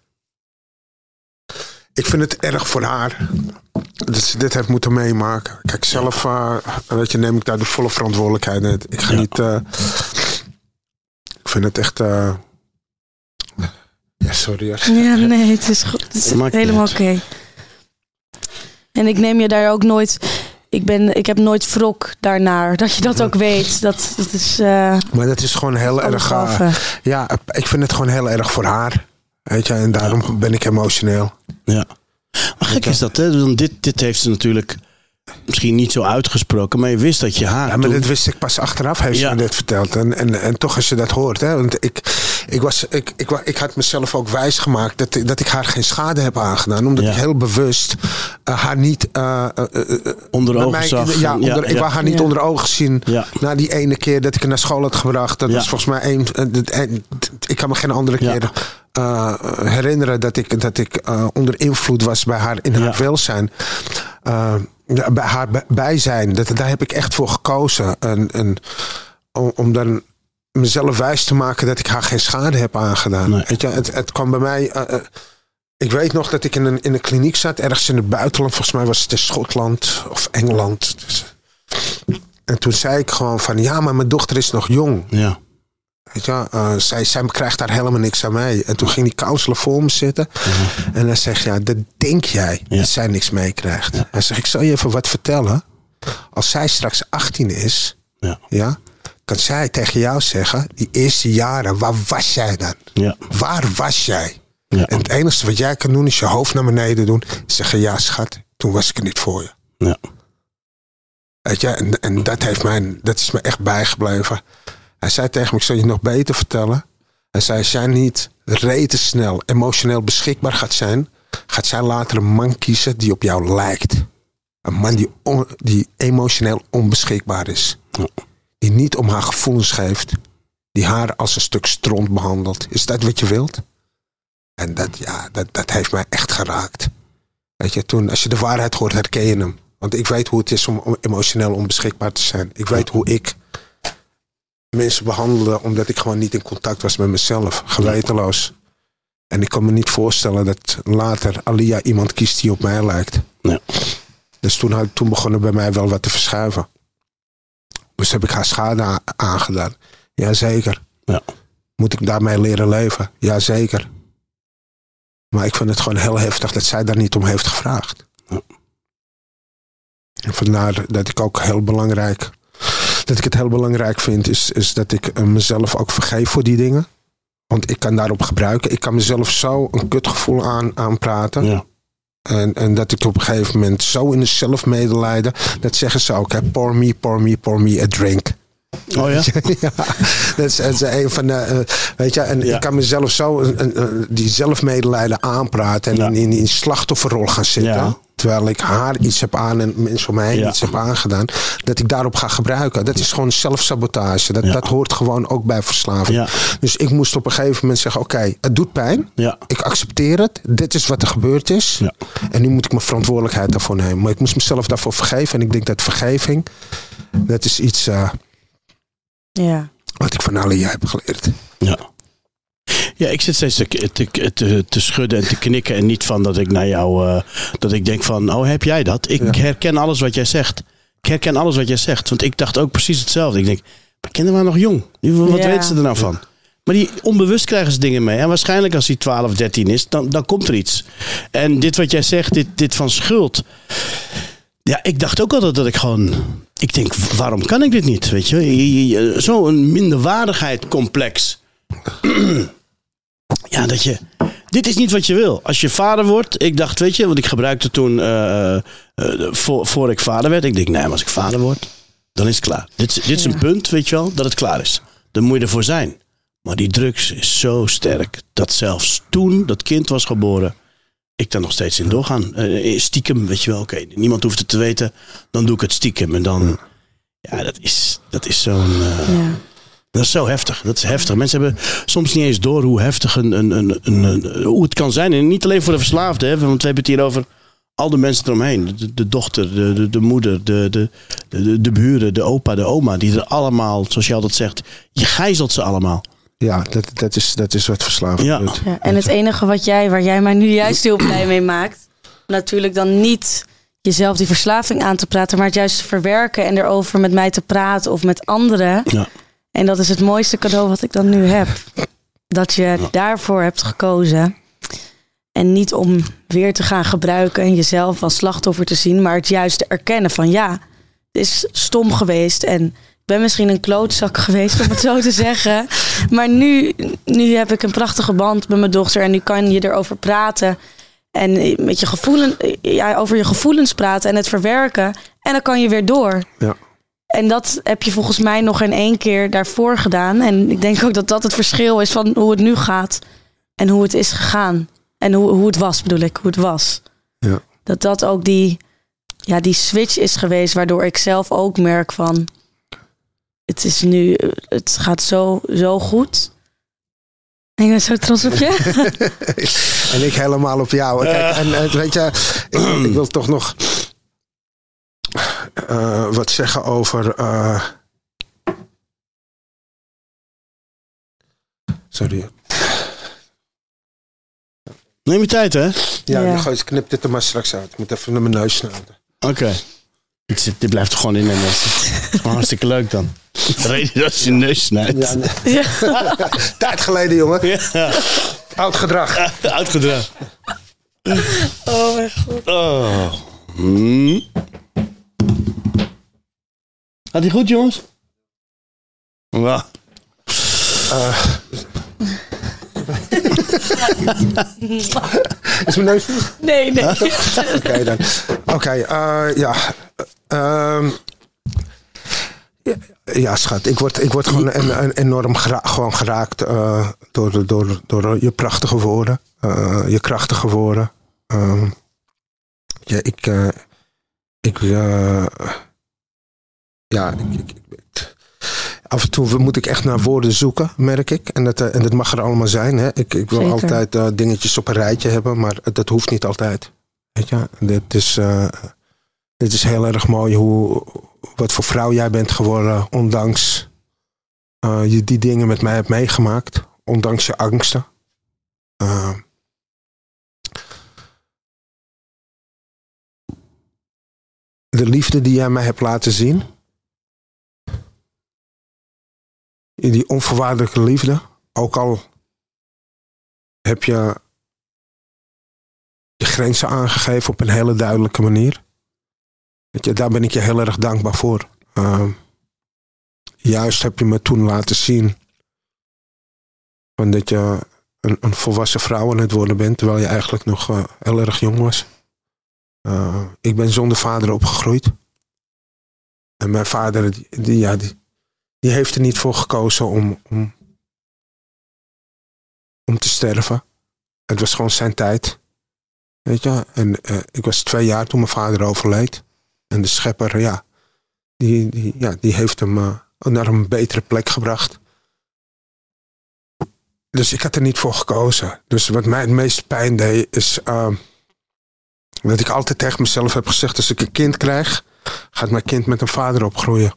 Ik vind het erg voor haar. Dat ze dit heeft moeten meemaken. Kijk, zelf uh, weet je, neem ik daar de volle verantwoordelijkheid in. Ik ga Ja. niet... Uh, ik vind het echt... Uh, ja, sorry. Ja. Ja, nee, het is goed. Het is Dat maakt niet helemaal uit. oké. En ik neem je daar ook nooit... ik, ben, ik heb nooit wrok daarnaar. Dat je dat ook weet. Dat, dat is, uh, maar dat is gewoon heel erg... Uh, ja, ik vind het gewoon heel erg voor haar. Weet je, en daarom ja. ben ik emotioneel. Ja. Maar gek is dat, hè? Want dit, dit heeft ze natuurlijk misschien niet zo uitgesproken, maar je wist dat je haar... Ja, maar toen... dit wist ik pas achteraf, heeft ze ja. me dit verteld. En, en, en toch als je dat hoort, hè? Want ik, ik, was, ik, ik, ik had mezelf ook wijsgemaakt dat, dat ik haar geen schade heb aangedaan. Omdat ja. ik heel bewust uh, haar niet... Uh, uh, uh, onder ogen mij, zag. Ja, onder, ja, ik ja. wou haar niet ja. onder ogen zien. Ja. Na die ene keer dat ik haar naar school had gebracht. Dat ja. was volgens mij één... Uh, ik kan me geen andere ja. keer... Uh, herinneren dat ik, dat ik uh, onder invloed was bij haar in haar ja. welzijn. Uh, bij haar bijzijn. Dat, daar heb ik echt voor gekozen. En, en, om, om dan mezelf wijs te maken dat ik haar geen schade heb aangedaan. Nee. Weet je, het, het kwam bij mij... Uh, uh, ik weet nog dat ik in een, in een kliniek zat. Ergens in het buitenland. Volgens mij was het in Schotland of Engeland. Dus, en toen zei ik gewoon van... Ja, maar mijn dochter is nog jong. Ja. Weet je, uh, zij, zij krijgt daar helemaal niks aan mee. En toen ging die counselor voor me zitten. Uh-huh. En dan zeg je, ja, dat denk jij ja. dat zij niks meekrijgt. Ja. En zeg ik, zal je even wat vertellen? Als zij straks achttien is, ja. Ja, kan zij tegen jou zeggen, die eerste jaren, waar was jij dan? Ja. Waar was jij? Ja. En het enige wat jij kan doen, is je hoofd naar beneden doen. Zeggen, ja schat, toen was ik er niet voor je. Ja. Weet je, en, en dat, heeft mij, dat is me echt bijgebleven. Hij zei tegen me, ik zal je nog beter vertellen. Hij zei, als jij niet rete snel emotioneel beschikbaar gaat zijn... gaat zij later een man kiezen die op jou lijkt. Een man die, on, die emotioneel onbeschikbaar is. Ja. Die niet om haar gevoelens geeft. Die haar als een stuk stront behandelt. Is dat wat je wilt? En dat, ja, dat, dat heeft mij echt geraakt. Weet je, toen, als je de waarheid hoort, herken je hem. Want ik weet hoe het is om, om emotioneel onbeschikbaar te zijn. Ik weet hoe ik... mensen behandelen omdat ik gewoon niet in contact was met mezelf. Gewetenloos. En ik kan me niet voorstellen dat later Alia iemand kiest die op mij lijkt. Ja. Dus toen, toen begon er bij mij wel wat te verschuiven. Dus heb ik haar schade a- aangedaan. Jazeker. Ja. Moet ik daarmee leren leven? Jazeker. Maar ik vind het gewoon heel heftig dat zij daar niet om heeft gevraagd. Ja. En vandaar dat ik ook heel belangrijk... Dat ik het heel belangrijk vind, is, is dat ik uh, mezelf ook vergeef voor die dingen. Want ik kan daarop gebruiken. Ik kan mezelf zo een kutgevoel aan, aanpraten. Ja. En, en dat ik op een gegeven moment zo in de zelfmedelijden... Dat zeggen ze ook, hè. Pour me, pour me, pour me a drink. Oh ja? Ja, dat is, dat is een van de... Uh, weet je, en ja. ik kan mezelf zo uh, uh, die zelfmedelijden aanpraten... en ja. in, in die slachtofferrol gaan zitten... Ja. Terwijl ik haar iets heb aan en mensen om mij heen ja. iets heb aangedaan. Dat ik daarop ga gebruiken. Dat is gewoon zelfsabotage. Dat, ja. dat hoort gewoon ook bij verslaving. Ja. Dus ik moest op een gegeven moment zeggen... Oké, okay, het doet pijn. Ja. Ik accepteer het. Dit is wat er gebeurd is. Ja. En nu moet ik mijn verantwoordelijkheid daarvoor nemen. Maar ik moest mezelf daarvoor vergeven. En ik denk dat vergeving... Dat is iets... Uh, ja. wat ik van Alia heb geleerd. Ja. Ja, ik zit steeds te, te, te, te schudden en te knikken. En niet van dat ik naar jou... Uh, dat ik denk van, oh, heb jij dat? Ik ja. herken alles wat jij zegt. Ik herken alles wat jij zegt. Want ik dacht ook precies hetzelfde. Ik denk, maar kinderen waren nog jong. Wat ja. weten ze er nou van? Maar die onbewust krijgen ze dingen mee. En waarschijnlijk als hij twaalf, dertien is, dan, dan komt er iets. En dit wat jij zegt, dit, dit van schuld... Ja, ik dacht ook altijd dat ik gewoon... Ik denk, waarom kan ik dit niet? Weet je, zo'n minderwaardigheidscomplex. Ja, dat je... Dit is niet wat je wil. Als je vader wordt... Ik dacht, weet je... Want ik gebruikte toen... Uh, uh, voor, voor ik vader werd. Ik denk, nee, maar als ik vader word... Dan is het klaar. Dit, dit is een ja. punt, weet je wel... Dat het klaar is. Dan moet je ervoor zijn. Maar die drugs is zo sterk... Dat zelfs toen dat kind was geboren... Ik daar nog steeds in doorgaan. Uh, stiekem, weet je wel. Oké, okay, niemand hoeft het te weten. Dan doe ik het stiekem. En dan... Ja, dat is, dat is zo'n... Uh, ja. Dat is zo heftig. Dat is heftig. Mensen hebben soms niet eens door hoe heftig een, een, een, een, een, hoe het kan zijn. En niet alleen voor de verslaafde. Hè, want we hebben het hier over al de mensen eromheen. De, de dochter, de, de, de moeder, de, de, de, de buren, de opa, de oma. Die er allemaal, zoals je altijd zegt, je gijzelt ze allemaal. Ja, dat, dat, is, dat is wat verslaving ja. doet. Ja, en het enige wat jij, waar jij mij nu juist heel blij mee maakt... natuurlijk dan niet jezelf die verslaving aan te praten... maar het juist te verwerken en erover met mij te praten of met anderen... Ja. En dat is het mooiste cadeau wat ik dan nu heb. Dat je ja. daarvoor hebt gekozen. En niet om weer te gaan gebruiken en jezelf als slachtoffer te zien, maar het juist te erkennen van ja, het is stom geweest en ik ben misschien een klootzak geweest om het zo te zeggen. Maar nu, nu heb ik een prachtige band met mijn dochter en nu kan je erover praten. En met je gevoelens, ja, over je gevoelens praten en het verwerken. En dan kan je weer door. Ja. En dat heb je volgens mij nog in één keer daarvoor gedaan. En ik denk ook dat dat het verschil is van hoe het nu gaat. En hoe het is gegaan. En hoe, hoe het was, bedoel ik. Hoe het was. Ja. Dat dat ook die, ja, die switch is geweest. Waardoor ik zelf ook merk van... Het is nu... Het gaat zo, zo goed. En ik ben zo trots op je. En ik helemaal op jou. Kijk, en, en weet je, ik, ik wil toch nog uh, wat zeggen over. Uh... Sorry. Neem je tijd, hè? Ja, Ja. ja. knip dit er maar straks uit. Ik moet even naar mijn neus snijden. Oké. Okay. Dit, dit blijft gewoon in en dat is gewoon hartstikke leuk dan. De reden dat je je neus snijdt. Ja, nee. Ja. Tijd geleden, jongen. Ja. Oud gedrag. Oud gedrag. Oh mijn god. Oh. Hmm. Gaat hij goed, jongens? Ja. Uh. Is mijn neus niet? Nee, nee. Oké okay, dan. Oké, okay, uh, ja. Uh, ja. Ja, schat. Ik word, ik word gewoon en, en, enorm gera- gewoon geraakt uh, door, door, door je prachtige woorden. Uh, je krachtige woorden. Uh, ja, ik... Uh, ik uh, ja, ik... ik, ik Af en toe moet ik echt naar woorden zoeken, merk ik. En dat, en dat mag er allemaal zijn. Hè? Ik, ik wil Zeker. altijd uh, dingetjes op een rijtje hebben, maar dat hoeft niet altijd. Weet je? Dit is, uh, dit is heel erg mooi hoe, wat voor vrouw jij bent geworden, ondanks uh, je die dingen met mij hebt meegemaakt. Ondanks je angsten. Uh, de liefde die jij mij hebt laten zien. Die onvoorwaardelijke liefde, ook al heb je je grenzen aangegeven op een hele duidelijke manier. Weet je, daar ben ik je heel erg dankbaar voor. Uh, juist heb je me toen laten zien van dat je een, een volwassen vrouw aan het worden bent, terwijl je eigenlijk nog uh, heel erg jong was. Uh, ik ben zonder vader opgegroeid. En mijn vader, die, die, ja, die Die heeft er niet voor gekozen om, om, om te sterven. Het was gewoon zijn tijd. Weet je? En uh, ik was twee jaar toen mijn vader overleed. En de schepper, ja, die, die, ja, die heeft hem uh, naar een betere plek gebracht. Dus ik had er niet voor gekozen. Dus wat mij het meeste pijn deed, is uh, dat ik altijd tegen mezelf heb gezegd, als ik een kind krijg, gaat mijn kind met een vader opgroeien.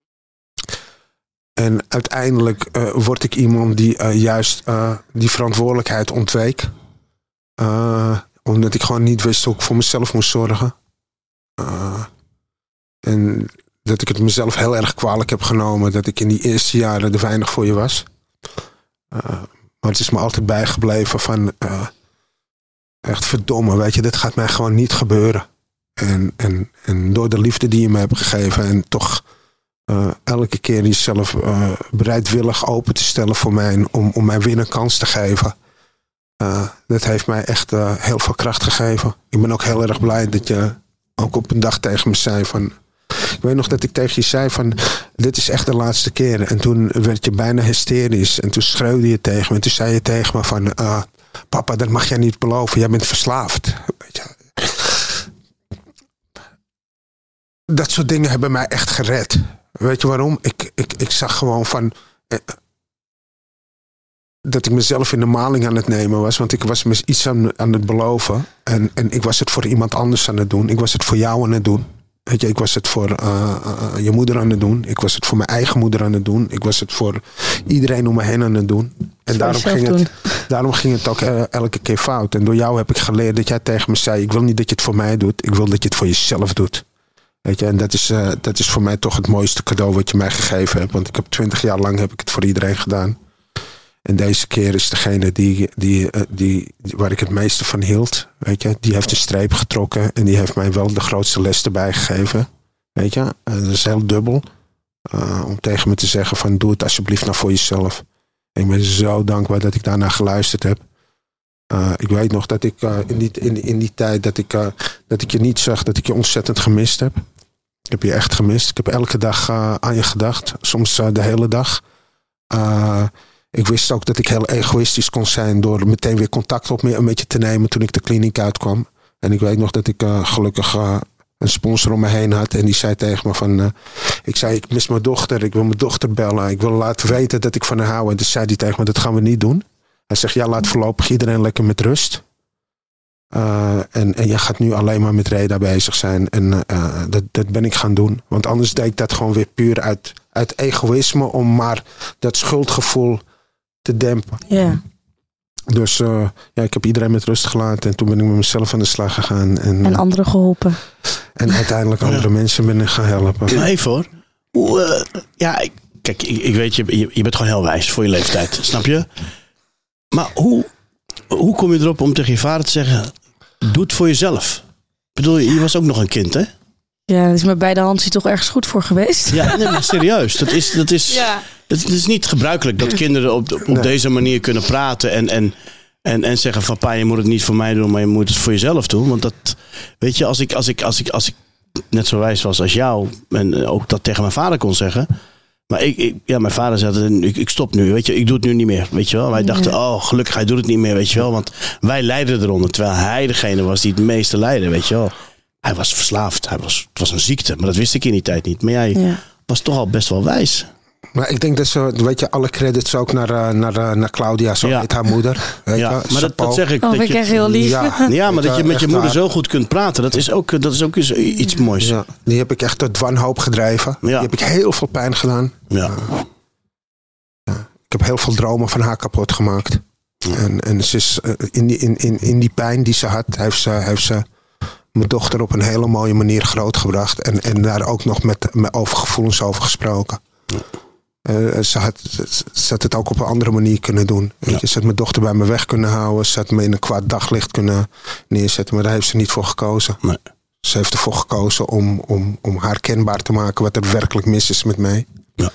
En uiteindelijk uh, word ik iemand die uh, juist uh, die verantwoordelijkheid ontweek. Uh, omdat ik gewoon niet wist hoe ik voor mezelf moest zorgen. Uh, en dat ik het mezelf heel erg kwalijk heb genomen. Dat ik in die eerste jaren er weinig voor je was. Uh, maar het is me altijd bijgebleven van... Uh, echt verdomme, weet je, dit gaat mij gewoon niet gebeuren. En, en, en door de liefde die je me hebt gegeven en toch... Uh, elke keer jezelf uh, bereidwillig open te stellen voor mij om, om mij weer een kans te geven. Uh, dat heeft mij echt uh, heel veel kracht gegeven. Ik ben ook heel erg blij dat je ook op een dag tegen me zei van... Ik weet nog dat ik tegen je zei van, dit is echt de laatste keer. En toen werd je bijna hysterisch en toen schreeuwde je tegen me. En toen zei je tegen me van, uh, papa, dat mag jij niet beloven. Jij bent verslaafd. Weet je. Dat soort dingen hebben mij echt gered. Weet je waarom? Ik, ik, ik zag gewoon van... Eh, dat ik mezelf in de maling aan het nemen was. Want ik was me iets aan, aan het beloven. En, en ik was het voor iemand anders aan het doen. Ik was het voor jou aan het doen. Weet je, ik was het voor uh, uh, je moeder aan het doen. Ik was het voor mijn eigen moeder aan het doen. Ik was het voor iedereen om me heen aan het doen. En daarom ging, het, daarom ging het ook uh, elke keer fout. En door jou heb ik geleerd dat jij tegen me zei... ik wil niet dat je het voor mij doet. Ik wil dat je het voor jezelf doet. Weet je, en dat is, uh, dat is voor mij toch het mooiste cadeau wat je mij gegeven hebt. Want ik heb twintig jaar lang heb ik het voor iedereen gedaan. En deze keer is degene die, die, die, die, waar ik het meeste van hield, weet je, die heeft een streep getrokken en die heeft mij wel de grootste les erbij gegeven. Weet je, uh, dat is heel dubbel. Uh, om tegen me te zeggen van doe het alsjeblieft nou voor jezelf. En ik ben zo dankbaar dat ik daarnaar geluisterd heb. Uh, ik weet nog dat ik uh, in, die, in, in die tijd dat ik, uh, dat ik je niet zag, dat ik je ontzettend gemist heb. Ik heb je echt gemist. Ik heb elke dag uh, aan je gedacht. Soms uh, de hele dag. Uh, ik wist ook dat ik heel egoïstisch kon zijn door meteen weer contact op me, met je te nemen toen ik de kliniek uitkwam. En ik weet nog dat ik uh, gelukkig uh, een sponsor om me heen had. En die zei tegen me van, uh, ik zei ik mis mijn dochter. Ik wil mijn dochter bellen. Ik wil laten weten dat ik van haar hou. En toen zei hij tegen me, dat gaan we niet doen. Hij zegt, ja, laat voorlopig iedereen lekker met rust. Uh, en, en jij gaat nu alleen maar met Reda bezig zijn. En uh, dat, dat ben ik gaan doen. Want anders deed ik dat gewoon weer puur uit, uit egoïsme. Om maar dat schuldgevoel te dempen. Ja. Dus uh, ja, ik heb iedereen met rust gelaten. En toen ben ik met mezelf aan de slag gegaan. En, En anderen geholpen. En uiteindelijk andere ja. mensen ben ik gaan helpen. Maar even hoor. Hoe, uh, ja, ik, kijk, ik, ik weet, je, je, je bent gewoon heel wijs voor je leeftijd. Snap je? Maar hoe, hoe kom je erop om tegen je vader te zeggen, doe het voor jezelf? Ik bedoel, je was ook nog een kind, hè? Ja, dat is met beide handen toch ergens goed voor geweest. Ja, nee, maar serieus. Dat is, dat is, ja. het is niet gebruikelijk dat kinderen op, op nee. deze manier kunnen praten en, en, en, en zeggen van pa, je moet het niet voor mij doen, maar je moet het voor jezelf doen. Want dat, weet je, als ik, als ik, als ik, als ik net zo wijs was als jou en ook dat tegen mijn vader kon zeggen. Maar ik, ik, ja, mijn vader zei, ik, ik stop nu, weet je, ik doe het nu niet meer, weet je wel. Wij dachten, ja. oh, gelukkig, hij doet het niet meer, weet je wel. Want wij lijden eronder, terwijl hij degene was die het meeste lijden, weet je wel. Hij was verslaafd, hij was, het was een ziekte, maar dat wist ik in die tijd niet. Maar jij ja. was toch al best wel wijs. Maar ik denk dat ze, weet je, alle credits ook naar, uh, naar, uh, naar Claudia, zo ja. heet haar moeder. Weet ja, je, maar dat, dat zeg ik. Oh, dat ik je, echt heel lief. Ja, ja maar dat je met je moeder zo goed kunt praten, dat is ook, dat is ook iets moois. Ja, die heb ik echt tot wanhoop gedreven. Ja. Die heb ik heel veel pijn gedaan. Ja. Uh, ja. Ik heb heel veel dromen van haar kapot gemaakt. Ja. En, en ze is, uh, in, die, in, in, in die pijn die ze had, heeft ze... Heeft ze mijn dochter op een hele mooie manier grootgebracht. En, en daar ook nog met, met over gevoelens over gesproken. Ja. Uh, ze, had, ze had het ook op een andere manier kunnen doen. Ja. Ze had mijn dochter bij me weg kunnen houden. Ze had me in een kwaad daglicht kunnen neerzetten. Maar daar heeft ze niet voor gekozen. Nee. Ze heeft ervoor gekozen om, om, om haar kenbaar te maken wat er werkelijk mis is met mij. Ja.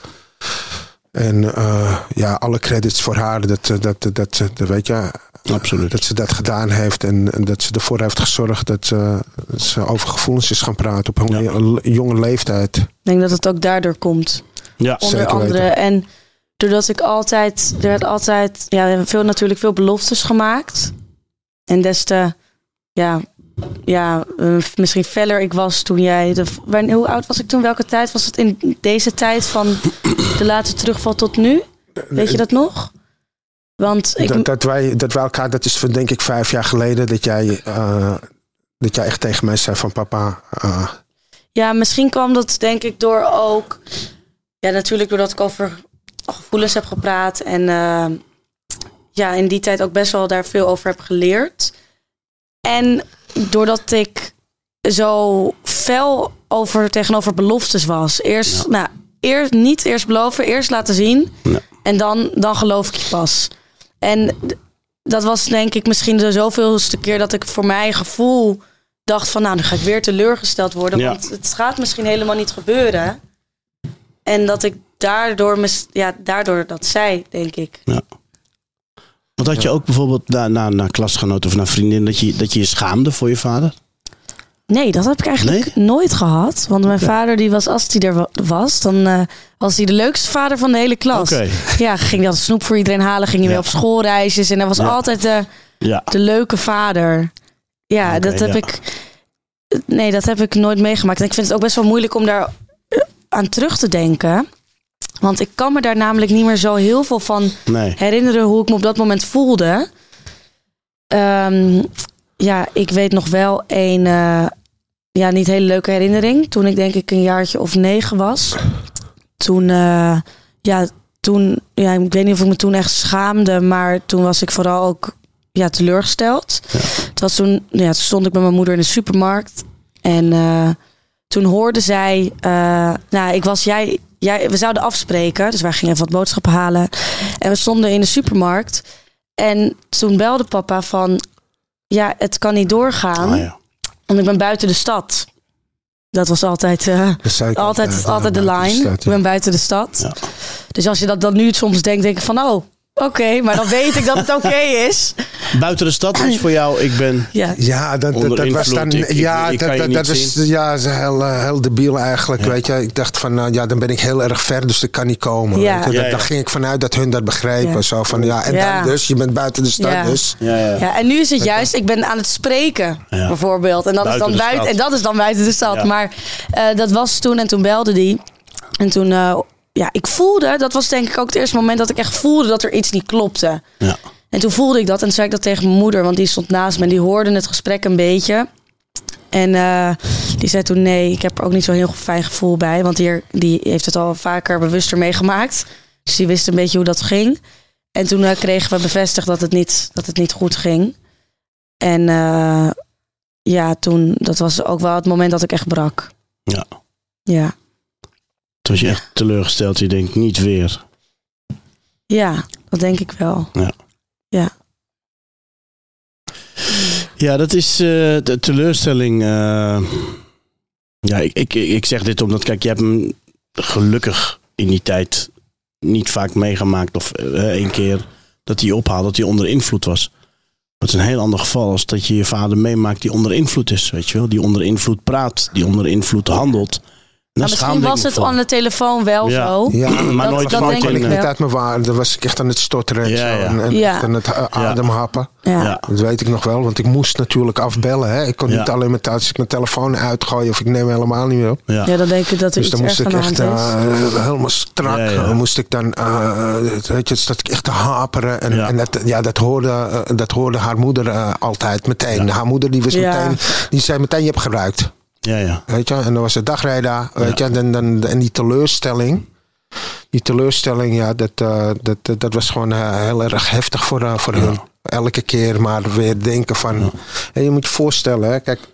En uh, ja, alle credits voor haar. Dat, dat, dat, dat, dat weet je... Absoluut. Dat ze dat gedaan heeft en, en dat ze ervoor heeft gezorgd dat ze, dat ze over gevoelens is gaan praten op een ja. jonge leeftijd. Ik denk dat het ook daardoor komt. Ja, onder zeker andere. Weten. En doordat ik altijd, er werd altijd, ja, we hebben veel, natuurlijk veel beloftes gemaakt. En des te, ja, ja, uh, misschien feller ik was toen jij, de, hoe oud was ik toen? Welke tijd was het in deze tijd van de late terugval tot nu? Weet je dat nog? Want ik... dat, dat, wij, dat wij elkaar, dat is van denk ik vijf jaar geleden dat jij, uh, dat jij echt tegen mij zei van papa. Uh... Ja, misschien kwam dat denk ik door ook, ja natuurlijk doordat ik over gevoelens heb gepraat en uh, ja in die tijd ook best wel daar veel over heb geleerd. En doordat ik zo fel over tegenover beloftes was. Eerst, ja. nou, eerst niet eerst beloven, eerst laten zien ja. en dan, dan geloof ik je pas. En dat was denk ik misschien de zoveelste keer dat ik voor mijn gevoel dacht van nou, nu ga ik weer teleurgesteld worden. Ja. Want het gaat misschien helemaal niet gebeuren. En dat ik daardoor, mis, ja, daardoor dat zei, denk ik. Ja. Want had je ook bijvoorbeeld naar, naar, naar klasgenoten of naar vriendinnen dat je, dat je je schaamde voor je vader? Nee, dat heb ik eigenlijk nee? nooit gehad. Want mijn okay. vader, die was, als hij er was, dan uh, was hij de leukste vader van de hele klas. Okay. Ja, ging hij altijd snoep voor iedereen halen, ging hij ja. weer op schoolreisjes. En hij was ja. altijd de, ja. de leuke vader. Ja, okay, dat heb ja. ik... Nee, dat heb ik nooit meegemaakt. En ik vind het ook best wel moeilijk om daar aan terug te denken. Want ik kan me daar namelijk niet meer zo heel veel van nee. herinneren hoe ik me op dat moment voelde. Um, ja, ik weet nog wel een uh, ja, niet hele leuke herinnering. Toen ik denk ik een jaartje of negen was. Toen, uh, ja, toen, ja, ik weet niet of ik me toen echt schaamde. Maar toen was ik vooral ook ja, teleurgesteld. Ja. Het was toen, ja, toen stond ik met mijn moeder in de supermarkt. En uh, toen hoorde zij... Uh, nou, ik was jij... ja, we zouden afspreken. Dus wij gingen even wat boodschappen halen. En we stonden in de supermarkt. En toen belde papa van... Ja, het kan niet doorgaan. Oh, ja. Want ik ben buiten de stad. Dat was altijd, uh, altijd, altijd, altijd de line. De stad, ja. Ik ben buiten de stad. Ja. Dus als je dat dan nu soms denkt, denk ik van... oh, oké, okay, maar dan weet ik dat het oké okay is. Buiten de stad is voor jou, ik ben ja, ja dat, dat, dat was dan, ik, ja, ik, ik dat, dat, dat is ja, is heel, uh, heel debiel eigenlijk, ja. weet je. Ik dacht van, uh, ja, dan ben ik heel erg ver, dus dat kan niet komen. Ja. Weet je? Dat, ja, ja. Dan ging ik vanuit dat hun dat begrepen. Ja. Zo van, ja, en ja. dan dus, je bent buiten de stad ja. dus. Ja, ja. Ja, en nu is het juist, ik ben aan het spreken, ja. bijvoorbeeld. En dat, is dan buiten, en dat is dan buiten de stad. Ja. Maar uh, dat was toen, en toen belde die. En toen... Uh, Ja, ik voelde, dat was denk ik ook het eerste moment dat ik echt voelde dat er iets niet klopte. Ja. En toen voelde ik dat en toen zei ik dat tegen mijn moeder, want die stond naast me en die hoorde het gesprek een beetje. En uh, die zei toen nee, ik heb er ook niet zo'n heel fijn gevoel bij, want hier, die heeft het al vaker bewuster meegemaakt. Dus die wist een beetje hoe dat ging. En toen uh, kregen we bevestigd dat het niet, dat het niet goed ging. En uh, ja, toen, dat was ook wel het moment dat ik echt brak. Ja. Ja. Toen was je echt teleurgesteld, je denkt niet weer. Ja, dat denk ik wel. Ja. Ja, ja dat is uh, de teleurstelling. Uh, ja, ik, ik, ik zeg dit omdat, kijk, je hebt hem gelukkig in die tijd niet vaak meegemaakt. Of uh, één keer dat hij ophaalt, dat hij onder invloed was. Het is een heel ander geval als dat je je vader meemaakt die onder invloed is, weet je wel. Die onder invloed praat, die onder invloed handelt. Nou, misschien was het aan de telefoon wel ja. zo. Ja, maar dat, nooit dat denk ik niet uit mijn waarde. Dan was ik echt aan het stotteren en, ja, zo, ja. en, en, ja. en het uh, ademhappen. Ja. Ja. Dat weet ik nog wel, want ik moest natuurlijk afbellen. Hè. Ik kon ja. niet alleen met thuis mijn telefoon uitgooien of ik neem helemaal niet meer op. Ja, ja dan denk ik dat er dus iets erg aan de hand is. Dus dan moest ik echt uh, helemaal strak. Ja, ja. moest ik dan, uh, weet je, dat ik echt te haperen. En, ja. en dat, ja, dat, hoorde, uh, dat hoorde haar moeder uh, altijd meteen. Ja. Haar moeder die wist ja. meteen, die zei meteen je hebt gebruikt. Ja, ja. Weet je, en dan was het dagrijder, weet ja. je, en, en, en die teleurstelling, die teleurstelling, ja, dat, uh, dat, dat, dat was gewoon uh, heel erg heftig voor, uh, voor ja. hun. Elke keer maar weer denken van, ja. hey, je moet je voorstellen, hè, kijk,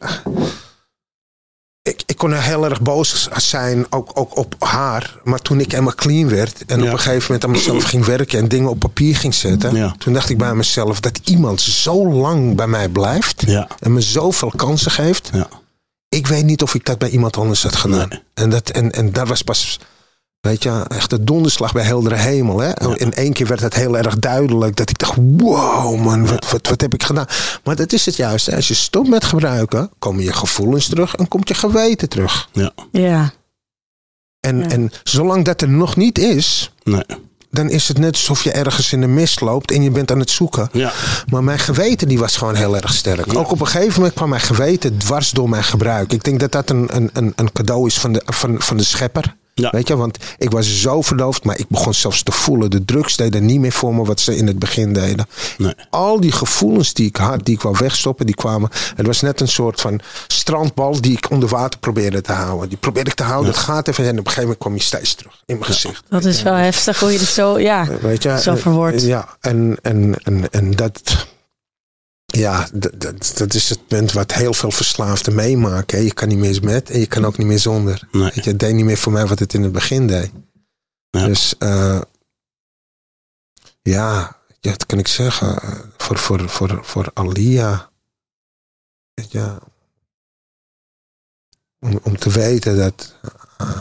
ik, ik kon heel erg boos zijn, ook, ook op haar, maar toen ik helemaal clean werd en ja. op een gegeven moment aan mezelf ging werken en dingen op papier ging zetten, ja. toen dacht ik bij mezelf dat iemand zo lang bij mij blijft ja. en me zoveel kansen geeft. Ja. Ik weet niet of ik dat bij iemand anders had gedaan. Nee. En, dat, en, en dat was pas, weet je, echt de donderslag bij heldere hemel. Hè? Ja. In één keer werd het heel erg duidelijk dat ik dacht, wow man, wat, ja. wat, wat heb ik gedaan? Maar dat is het juist. Hè? Als je stopt met gebruiken, komen je gevoelens terug en komt je geweten terug. Ja. Ja. En, ja. en zolang dat er nog niet is... Nee. Dan is het net alsof je ergens in de mist loopt en je bent aan het zoeken. Ja. Maar mijn geweten die was gewoon heel erg sterk. Ja. Ook op een gegeven moment kwam mijn geweten dwars door mijn gebruik. Ik denk dat dat een, een, een cadeau is van de, van, van de schepper. Ja. Weet je, want ik was zo verdoofd, maar ik begon zelfs te voelen. De drugs deden niet meer voor me wat ze in het begin deden. Nee. Al die gevoelens die ik had, die ik wou wegstoppen, die kwamen. Het was net een soort van strandbal die ik onder water probeerde te houden. Die probeerde ik te houden, ja. Het gaat even en op een gegeven moment kwam je steeds terug in mijn ja. gezicht. Dat is wel heftig hoe je het zo, ja, weet je, zo verwoordt. Ja, en, en, en, en dat... Ja, dat, dat, dat is het punt wat heel veel verslaafden meemaken. Hè. Je kan niet meer met en je kan ook niet meer zonder. Nee. Weet je, het deed niet meer voor mij wat het in het begin deed. Ja. Dus uh, ja, ja, wat kan ik zeggen? Voor, voor, voor, voor Alia. Ja, om, om te weten dat uh,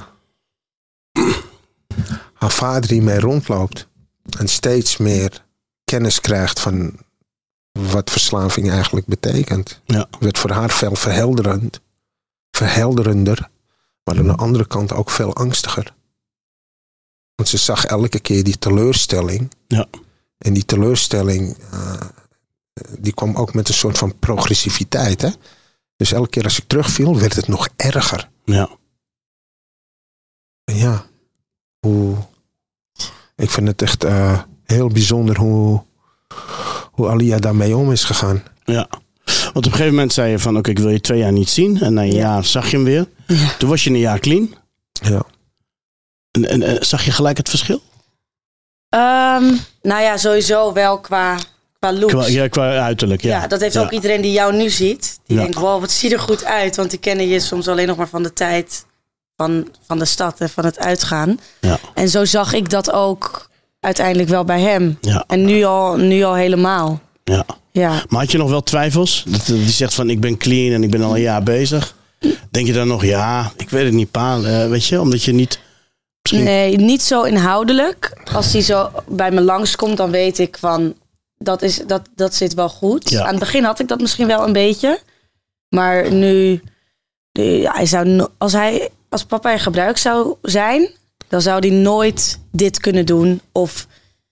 haar vader hiermee rondloopt. En steeds meer kennis krijgt van... wat verslaving eigenlijk betekent. Ja. Werd voor haar veel verhelderend, verhelderender, maar aan de andere kant ook veel angstiger. Want ze zag elke keer die teleurstelling. Ja. En die teleurstelling, uh, die kwam ook met een soort van progressiviteit. Hè? Dus elke keer als ik terugviel, werd het nog erger. Ja. En ja, hoe, ik vind het echt uh, heel bijzonder hoe... hoe Alia daarmee om is gegaan. Ja, want op een gegeven moment zei je van... oké, okay, ik wil je twee jaar niet zien. En na een ja. jaar zag je hem weer. Ja. Toen was je een jaar clean. Ja. En, en, en zag je gelijk het verschil? Um, nou ja, sowieso wel qua, qua looks. Qua, ja, qua uiterlijk, ja. Ja, dat heeft ja. ook iedereen die jou nu ziet. Die ja. denkt, wow, wat zie je er goed uit. Want die kennen je soms alleen nog maar van de tijd... van, van de stad en van het uitgaan. Ja. En zo zag ik dat ook uiteindelijk wel bij hem. Ja. En nu al, nu al helemaal. Ja. Ja. Maar had je nog wel twijfels? Dat, die zegt van ik ben clean en ik ben al een jaar bezig. Denk je dan nog, ja, ik weet het niet, pa. Uh, weet je, omdat je niet... Misschien... Nee, niet zo inhoudelijk. Als hij zo bij me langskomt, dan weet ik van... Dat, is, dat, dat zit wel goed. Ja. Aan het begin had ik dat misschien wel een beetje. Maar nu... nu ja, hij zou, no- als, hij, als papa in gebruik zou zijn... dan zou hij nooit dit kunnen doen. Of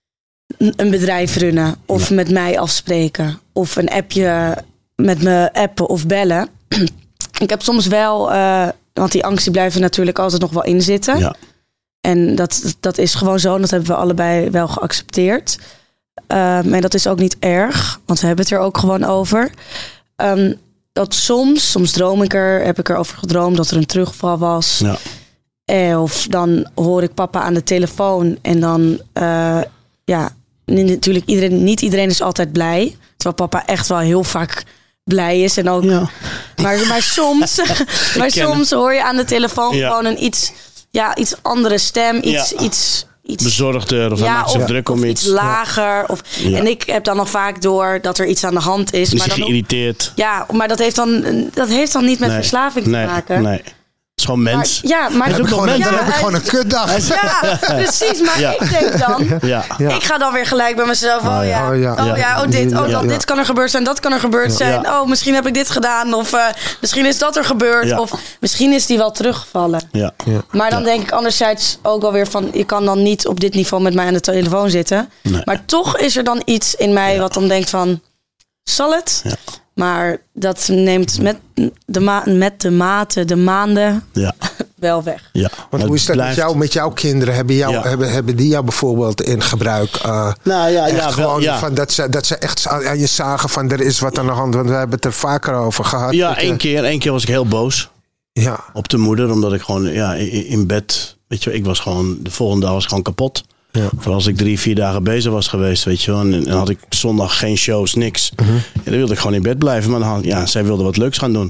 een bedrijf runnen. Of Ja. met mij afspreken. Of een appje met me appen of bellen. Ik heb soms wel... Uh, want die angst die blijft er natuurlijk altijd nog wel in zitten. Ja. En dat, dat is gewoon zo. En dat hebben we allebei wel geaccepteerd. Um, en dat is ook niet erg. Want we hebben het er ook gewoon over. Um, dat soms, soms droom ik er, heb ik erover gedroomd dat er een terugval was. Ja. Eh, of dan hoor ik papa aan de telefoon. En dan, uh, ja, natuurlijk iedereen, niet iedereen is altijd blij. Terwijl papa echt wel heel vaak blij is. En ook, Ja. maar, maar soms, maar soms hoor je aan de telefoon Ja. gewoon een iets, ja, iets andere stem. Iets, Ja. iets, iets Bezorgder of hij maakt zich of, druk om of iets. iets lager. Of, Ja. En ik heb dan nog vaak door dat er iets aan de hand is. Is maar hij dan, geïrriteerd? ja, maar dat heeft dan, dat heeft dan niet met Nee. verslaving te nee. maken. Nee. Het is gewoon mens. Maar, ja, maar Dan heb ik gewoon, nog dan mensen. heb ik Ja, gewoon een kutdag. ja, precies. Maar Ja. ik denk dan... Ja. Ja. Ik ga dan weer gelijk bij mezelf. Oh, Oh, ja. ja. Oh, ja. Oh ja, oh dit, oh Ja. dat, dit kan er gebeurd zijn, dat kan er gebeurd zijn. Ja. Oh, misschien heb ik dit gedaan. Of uh, misschien is dat er gebeurd. Ja. Of misschien is die wel teruggevallen. Ja. Ja. Maar dan Ja. denk ik anderzijds ook alweer van... je kan dan niet op dit niveau met mij aan de telefoon zitten. Nee. Maar toch is er dan iets in mij Ja. wat dan denkt van... zal het? Ja. Maar dat neemt met de, ma- met de maten, de maanden Ja. wel weg. Ja. Want Maar hoe is dat het met, blijft- jou, met jouw kinderen? Hebben, jou, Ja. hebben, hebben die jou bijvoorbeeld in gebruik? Uh, Nou ja, echt ja, wel, gewoon ja. van dat, ze, dat ze echt aan je zagen van er is wat aan de hand. Want we hebben het er vaker over gehad. Ja, Dat, uh, één keer, één keer was ik heel boos Ja, op de moeder. Omdat ik gewoon ja, in, in bed... Weet je, ik was gewoon... De volgende dag was ik gewoon kapot. ja. Vooral als ik drie, vier dagen bezig was geweest, weet je wel. En, en had ik zondag geen shows, niks. Mhm. Ja, dan wilde ik gewoon in bed blijven. Maar dan had, ja, zij wilde wat leuks gaan doen.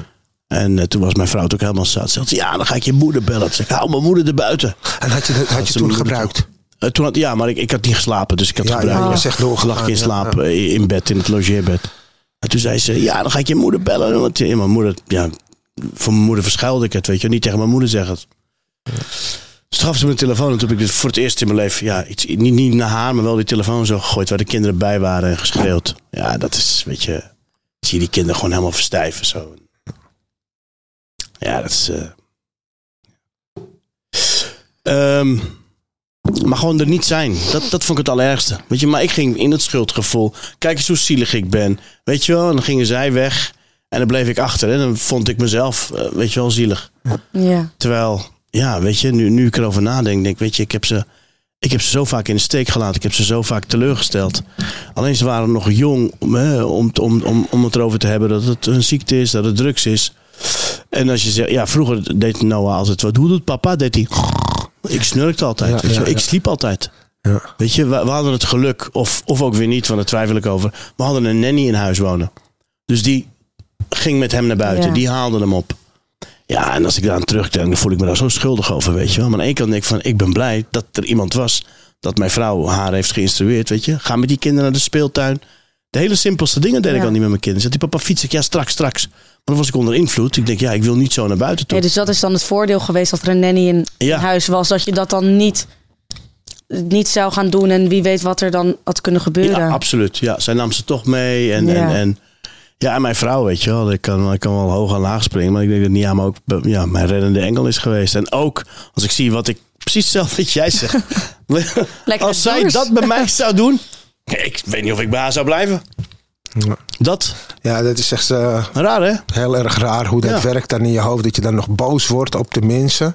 En uh, toen was mijn vrouw het ook helemaal zat. Ze zei, ja, dan ga ik je moeder bellen. Toen zei ik, hou mijn moeder erbuiten. En had je, dat- had je ze toen moeder gebruikt? Uh, toen had, ja, maar ik, ik had niet geslapen. Dus ik had Ja, gebruikt. ja, je Ja. was echt doorgegaan, Lag ik in ja, slaap ja. uh, in bed, in het logeerbed. En toen zei ze, ja, dan ga ik je moeder bellen. Want ja, mijn moeder, ja, voor mijn moeder verschuilde ik het, weet je. Niet tegen mijn moeder zeggen. Dus toen gaf ze me een telefoon. En toen heb ik dit voor het eerst in mijn leven, ja, iets, niet, niet naar haar, maar wel die telefoon zo gegooid. Waar de kinderen bij waren en geschreeuwd. Ja, dat is, weet je, zie je die kinderen gewoon helemaal verstijven zo. Ja, dat is... Uh... Um, maar gewoon er niet zijn. Dat, dat vond ik het allerergste. Weet je, maar ik ging in het schuldgevoel. Kijk eens hoe zielig ik ben. Weet je wel, en dan gingen zij weg. En dan bleef ik achter. En dan vond ik mezelf, uh, weet je wel, zielig. Ja. Terwijl, ja, weet je, nu, nu ik erover nadenk, denk weet je, ik heb ze... Ik heb ze zo vaak in de steek gelaten. Ik heb ze zo vaak teleurgesteld. Alleen ze waren nog jong om, hè, om, om, om, om het erover te hebben dat het een ziekte is, dat het drugs is. En als je zegt, ja, vroeger deed Noah altijd wat. Hoe doet papa? Deed hij. Ik snurkte altijd. Ja, weet je ja, wel. Ik ja. sliep altijd. Ja. Weet je, we, we hadden het geluk, of, of ook weer niet, want daar twijfel ik over. We hadden een nanny in huis wonen. Dus die ging met hem naar buiten. Ja. Die haalde hem op. Ja, en als ik daar aan terugdenk, dan voel ik me daar zo schuldig over, weet je wel. Maar aan de ene kant denk ik van, ik ben blij dat er iemand was, dat mijn vrouw haar heeft geïnstrueerd, weet je. Ga met die kinderen naar de speeltuin. De hele simpelste dingen deed ik Ja. al niet met mijn kinderen. Zet die papa fiets, ik, ja, straks, straks. Maar dan was ik onder invloed. Ik denk, ja, ik wil niet zo naar buiten toe. Ja, dus dat is dan het voordeel geweest dat er een nanny in, Ja. in huis was. Dat je dat dan niet, niet zou gaan doen. En wie weet wat er dan had kunnen gebeuren. Ja, absoluut. Ja, zij nam ze toch mee. En, Ja. en, en, ja, en mijn vrouw, weet je wel. Ik kan, ik kan wel hoog en laag springen. Maar ik denk dat Nia maar ook ja, mijn reddende engel is geweest. En ook als ik zie wat ik... Precies hetzelfde wat jij zegt. Lekker Als zij douche. dat bij mij zou doen... Ik weet niet of ik bij haar zou blijven. Ja. Dat, Ja, dat is echt uh, raar hè? heel erg raar hoe dat Ja. werkt dan in je hoofd. Dat je dan nog boos wordt op de mensen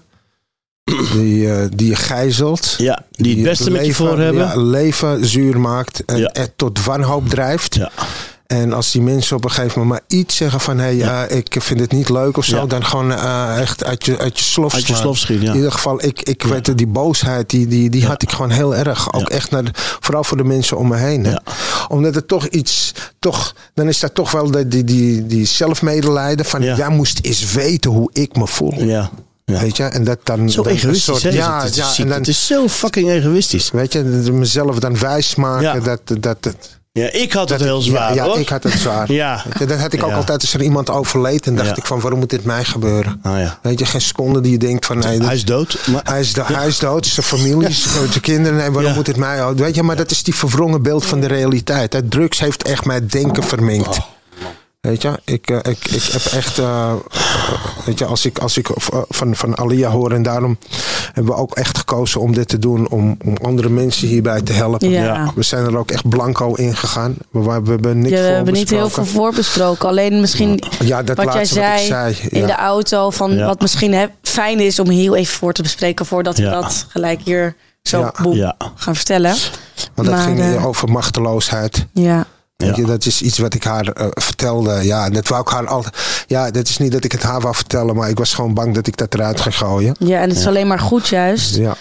die, uh, die je gijzelt. Ja, die het beste met je leven- voor hebben. Ja, leven zuur maakt en Ja. het tot wanhoop drijft. Ja. En als die mensen op een gegeven moment maar iets zeggen van... hé, hey, Ja. uh, ik vind het niet leuk of zo... Ja. dan gewoon uh, echt uit je, uit je slof Uit je slaan. slof schieten, ja. In ieder geval, ik, ik Ja. weet het, die boosheid, die, die, die Ja. had ik gewoon heel erg. Ook Ja. echt naar de, vooral voor de mensen om me heen. Hè. Ja. Omdat het toch iets... Toch, dan is dat toch wel die, die, die, die zelfmedelijden van... Ja. jij moest eens weten hoe ik me voel. Ja, Ja. Weet je? En dat dan, Zo dan egoïstisch, soort, hè? ja, het, is ja, ziek. en dan, Het is zo fucking egoïstisch. weet je, mezelf dan wijs maken Ja. dat, dat, dat, Ja, ik had het dat heel zwaar, ja, hoor. ja, ik had het zwaar. Ja. Weet je, dat had ik ook Ja. altijd als er iemand overleed. En dacht Ja. ik van, waarom moet dit mij gebeuren? Ah, ja. Weet je, geen seconde die je denkt van... Nee, Hij is dood. Maar... Hij is, de, hij is dood, zijn familie, zijn kinderen. Nee, waarom Ja. moet het mij ook? Weet je, maar dat is die verwrongen beeld van de realiteit. Hè. Drugs heeft echt mijn denken verminkt. Oh. Weet je, ik, uh, ik, ik heb echt... Uh, weet je, als ik, als ik uh, van, van Alia hoor... en daarom hebben we ook echt gekozen om dit te doen... om, om andere mensen hierbij te helpen. Ja. Ja. We zijn er ook echt blanco in gegaan. We, we hebben niks Ja, we voor hebben niet heel besproken. veel voorbesproken. Alleen misschien Ja, dat wat jij laatste wat ik zei, zei. in ja. de auto. Van Ja. wat misschien hè, fijn is om heel even voor te bespreken. Voordat Ja. we dat gelijk hier zo Ja. boem, Ja. gaan vertellen. Want dat Maar, ging eh, over machteloosheid. Ja. Weet Ja. je, dat is iets wat ik haar uh, vertelde. Ja, dat wou ik haar altijd. Ja, dat is niet dat ik het haar wou vertellen, maar ik was gewoon bang dat ik dat eruit ga gooien. ja, en het is Ja. alleen maar goed juist. Ja,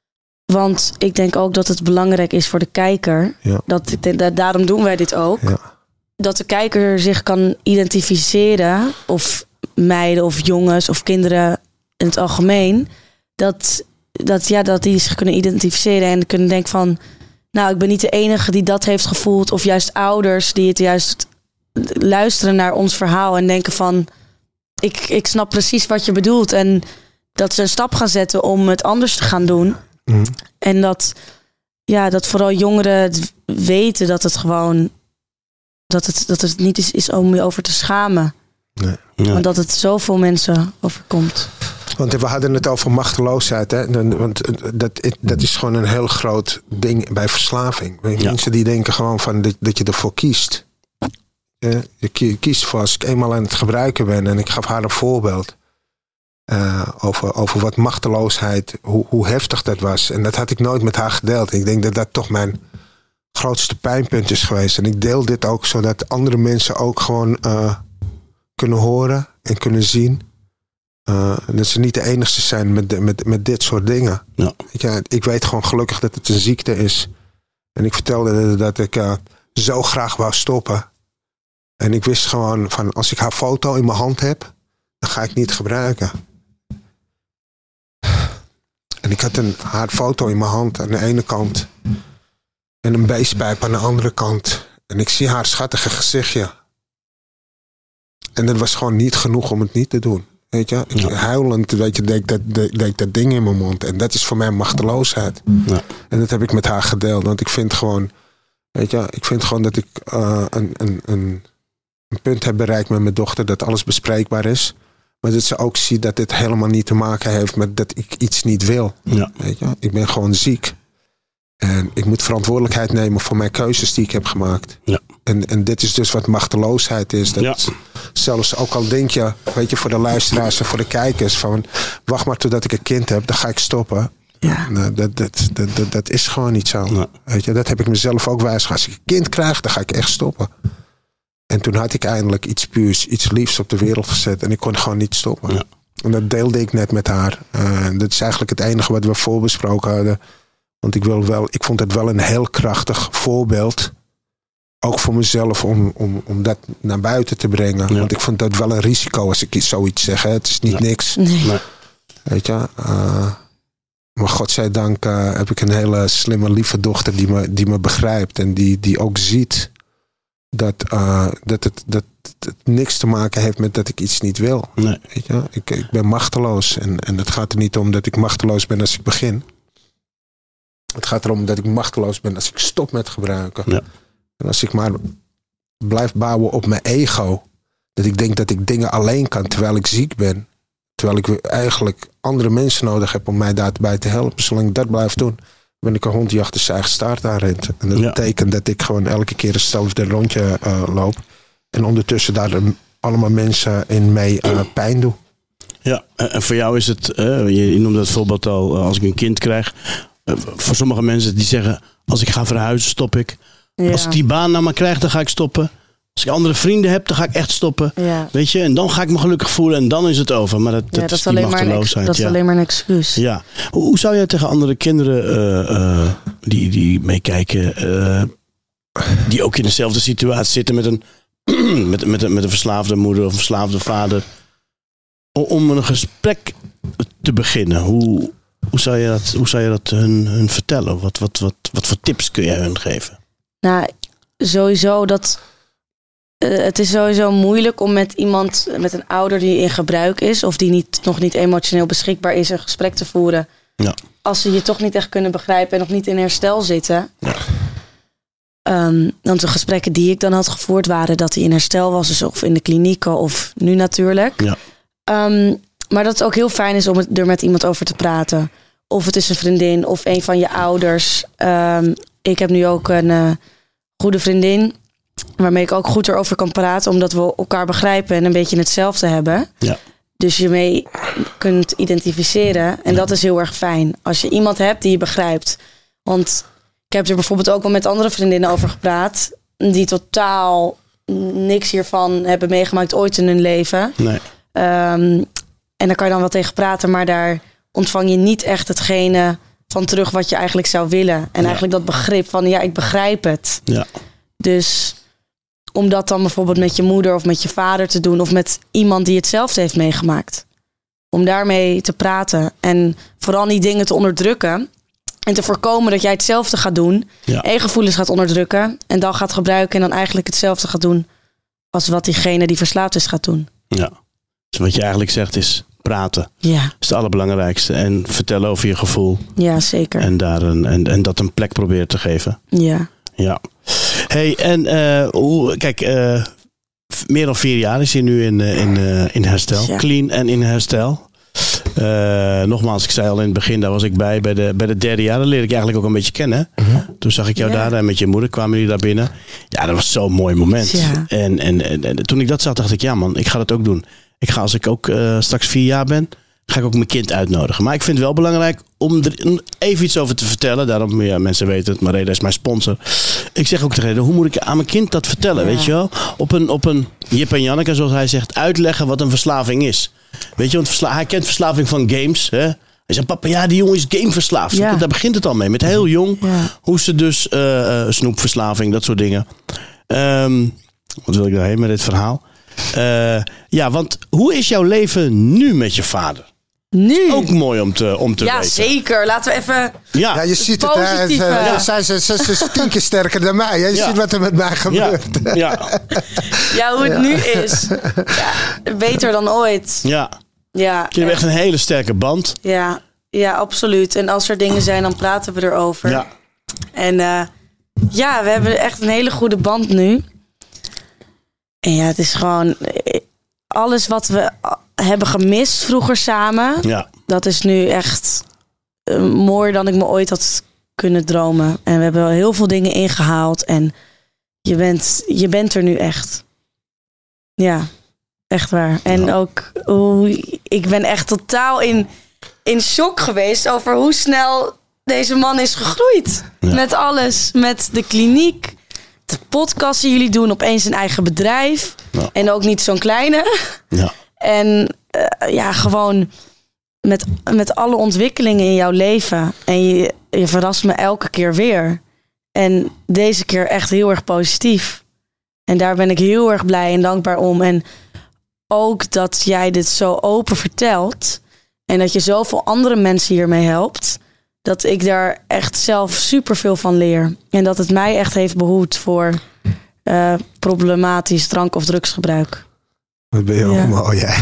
Want ik denk ook dat het belangrijk is voor de kijker. Ja. Dat, ik denk dat, daarom doen wij dit ook. ja, Dat de kijker zich kan identificeren. Of meiden of jongens of kinderen in het algemeen. Dat, dat, ja, dat die zich kunnen identificeren en kunnen denken van... Nou, ik ben niet de enige die dat heeft gevoeld. Of juist ouders die het juist luisteren naar ons verhaal. En denken van, ik, ik snap precies wat je bedoelt. En dat ze een stap gaan zetten om het anders te gaan doen. Mhm. En dat, ja, dat vooral jongeren het weten dat het gewoon... Dat het, dat het niet is, is om je over te schamen. nee. Ja. Want dat het zoveel mensen overkomt. Want we hadden het over machteloosheid. Hè? Dan- Want dat, dat is gewoon een heel groot ding bij verslaving. Weet je, Ja. Mensen die denken gewoon van dat, dat je ervoor kiest. Ja, je ki- kiest voor als ik eenmaal aan het gebruiken ben. En ik gaf haar een voorbeeld. Uh, over, over wat machteloosheid, hoe, hoe heftig dat was. En dat had ik nooit met haar gedeeld. Ik denk dat dat toch mijn grootste pijnpunt is geweest. En ik deel dit ook zodat andere mensen ook gewoon uh, kunnen horen en kunnen zien. Uh, dat ze niet de enigste zijn met, met, met dit soort dingen. Ja. Weet je, ik weet gewoon gelukkig dat het een ziekte is. En ik vertelde dat ik uh, zo graag wou stoppen. En ik wist gewoon van als ik haar foto in mijn hand heb, dan ga ik niet gebruiken. En ik had een, haar foto in mijn hand aan de ene kant. En een beestpijp aan de andere kant. En ik zie haar schattige gezichtje. En dat was gewoon niet genoeg om het niet te doen. Weet je, ik, Ja. huilend, weet je, deed ik, dat, deed ik dat ding in mijn mond. En dat is voor mij machteloosheid. Ja. En dat heb ik met haar gedeeld. Want ik vind gewoon, weet je, ik vind gewoon dat ik uh, een, een, een, een punt heb bereikt met mijn dochter. Dat alles bespreekbaar is. Maar dat ze ook ziet dat dit helemaal niet te maken heeft met dat ik iets niet wil. Ja. Weet je, ik ben gewoon ziek. En ik moet verantwoordelijkheid nemen voor mijn keuzes die ik heb gemaakt. Ja. En, en dit is dus wat machteloosheid is. Dat Ja. Zelfs ook al denk je, weet je, voor de luisteraars en voor de kijkers van wacht maar totdat ik een kind heb, dan ga ik stoppen. Ja. Nou, dat, dat, dat, dat, dat is gewoon niet zo. Nee. Weet je, dat heb ik mezelf ook wijs gemaakt. Als ik een kind krijg, dan ga ik echt stoppen. En toen had ik eindelijk iets puurs, iets liefs op de wereld gezet. En ik kon gewoon niet stoppen. Ja. En dat deelde ik net met haar. Uh, dat is eigenlijk het enige wat we voorbesproken hadden. Want ik, wil wel, ik vond het wel een heel krachtig voorbeeld. Ook voor mezelf om, om, om dat naar buiten te brengen. Ja. Want ik vond dat wel een risico als ik zoiets zeg. Hè. Het is niet Ja. niks. Nee. Nee. Weet je. Uh, maar godzijdank uh, heb ik een hele slimme, lieve dochter die me, die me begrijpt. En die, die ook ziet dat, uh, dat, het, dat het niks te maken heeft met dat ik iets niet wil. Nee. Weet je? Ik, ik ben machteloos. En, en het gaat er niet om dat ik machteloos ben als ik begin. Het gaat erom dat ik machteloos ben als ik stop met gebruiken. Ja. En als ik maar blijf bouwen op mijn ego. Dat ik denk dat ik dingen alleen kan terwijl ik ziek ben. Terwijl ik eigenlijk andere mensen nodig heb om mij daarbij te helpen. Zolang ik dat blijf doen, ben ik een hond die achter zijn eigen staart aanrent. En dat Ja. betekent dat ik gewoon elke keer hetzelfde rondje uh, loop. En ondertussen daar um, allemaal mensen in mee uh, pijn doe. Ja, en voor jou is het, uh, je noemde het voorbeeld al, uh, als ik een kind krijg. Uh, voor sommige mensen die zeggen, als ik ga verhuizen, stop ik. Ja. Als ik die baan nou maar krijg, dan ga ik stoppen. Als ik andere vrienden heb, dan ga ik echt stoppen. Ja. Weet je, en dan ga ik me gelukkig voelen en dan is het over. Maar dat, dat, Ja, dat is is die alleen maar een, ex- machteloosheid. dat is ja. alleen maar een excuus. Ja. Hoe, hoe zou jij tegen andere kinderen uh, uh, die, die meekijken, uh, die ook in dezelfde situatie zitten met een, met, met, een, met een verslaafde moeder of een verslaafde vader. om een gesprek te beginnen, hoe, hoe zou je dat, hoe zou je dat hun, hun vertellen? Wat, wat, wat, wat voor tips kun je hun geven? Nou, sowieso dat... Uh, het is sowieso moeilijk om met iemand, met een ouder die in gebruik is... of die niet, nog niet emotioneel beschikbaar is, een gesprek te voeren. Ja. Als ze je toch niet echt kunnen begrijpen en nog niet in herstel zitten. Ja. Um, want de gesprekken die ik dan had gevoerd waren dat hij in herstel was. Dus of in de klinieken of nu natuurlijk. Ja. Um, maar dat het ook heel fijn is om het, er met iemand over te praten. Of het is een vriendin of een van je ouders. Um, ik heb nu ook een uh, goede vriendin... waarmee ik ook goed erover kan praten... omdat we elkaar begrijpen en een beetje hetzelfde hebben. Ja. Dus je mee kunt identificeren. En dat is heel erg fijn. Als je iemand hebt die je begrijpt. Want ik heb er bijvoorbeeld ook wel met andere vriendinnen over gepraat... die totaal niks hiervan hebben meegemaakt ooit in hun leven. Nee. Um, en daar kan je dan wel tegen praten... maar daar ontvang je niet echt hetgene van terug... wat je eigenlijk zou willen. En ja. eigenlijk dat begrip van... ja, ik begrijp het. Ja. Dus om dat dan bijvoorbeeld met je moeder of met je vader te doen... of met iemand die hetzelfde heeft meegemaakt. Om daarmee te praten. En vooral niet dingen te onderdrukken. En te voorkomen dat jij hetzelfde gaat doen. Ja. En je gevoelens gaat onderdrukken. En dan gaat gebruiken en dan eigenlijk hetzelfde gaat doen... als wat diegene die verslaafd is gaat doen. Ja. Dus wat je eigenlijk zegt is praten. Ja. Dat is het allerbelangrijkste. En vertellen over je gevoel. Ja, zeker. En, daar een, en, en dat een plek proberen te geven. Ja. Ja. Hey, en uh, hoe, kijk, uh, meer dan vier jaar is hij nu in, uh, in, uh, in herstel. Ja. Clean en in herstel. Uh, nogmaals, ik zei al in het begin, daar was ik bij. Bij de, bij de derde jaar, daar leerde ik je eigenlijk ook een beetje kennen. Uh-huh. Toen zag ik jou Ja. daar en met je moeder kwamen jullie daar binnen. Ja, dat was zo'n mooi moment. Ja. En, en, en, en toen ik dat zag, dacht ik, ja man, ik ga dat ook doen. Ik ga, als ik ook uh, straks vier jaar ben, ga ik ook mijn kind uitnodigen. Maar ik vind het wel belangrijk om er even iets over te vertellen. Daarom, ja, mensen weten het, Mareda is mijn sponsor. Ik zeg ook tegen hem, hoe moet ik aan mijn kind dat vertellen, Ja. weet je wel? Op een, op een Jip en Janneke, zoals hij zegt, uitleggen wat een verslaving is. Weet je, want versla- hij kent verslaving van games. Hè? Hij zegt, papa, ja, die jongen is gameverslaafd. Ja. Daar begint het al mee, met heel jong. Ja. Hoe ze dus, uh, uh, snoepverslaving, dat soort dingen. Um, wat wil ik daarheen met dit verhaal? Uh, ja, want hoe is jouw leven nu met je vader? Nu. Ook mooi om te, om te Ja, weten. zeker. Laten we even... Ja, Ja, je ziet het, hè. Positieve. Ze, Ja. Zij ze, ze, ze is tien keer sterker dan mij. Hè? Je Ja. ziet wat er met mij ja, gebeurt. ja, Ja, hoe het nu is. Ja, beter dan ooit. ja. Ja, Je hebt echt een hele sterke band. ja, ja, absoluut. En als er dingen zijn, dan praten we erover. Ja, En uh, ja, we hebben echt een hele goede band nu. En ja, het is gewoon... Alles wat we hebben gemist vroeger samen... ja. dat is nu echt uh, mooier dan ik me ooit had kunnen dromen. En we hebben wel heel veel dingen ingehaald. En je bent, je bent er nu echt. Ja, echt waar. En Ja. ook, hoe, ik ben echt totaal in, in shock geweest... over hoe snel deze man is gegroeid. Ja. Met alles. Met de kliniek. De podcast die jullie doen. Opeens een eigen bedrijf. Ja. En ook niet zo'n kleine. Ja. En uh, ja, gewoon met, met alle ontwikkelingen in jouw leven. En je, je verrast me elke keer weer. En deze keer echt heel erg positief. En daar ben ik heel erg blij en dankbaar om. En ook dat jij dit zo open vertelt. En dat je zoveel andere mensen hiermee helpt. Dat ik daar echt zelf superveel van leer. En dat het mij echt heeft behoed voor uh, problematisch drank- of drugsgebruik. Wat ben je ook Ja. mooi, hè?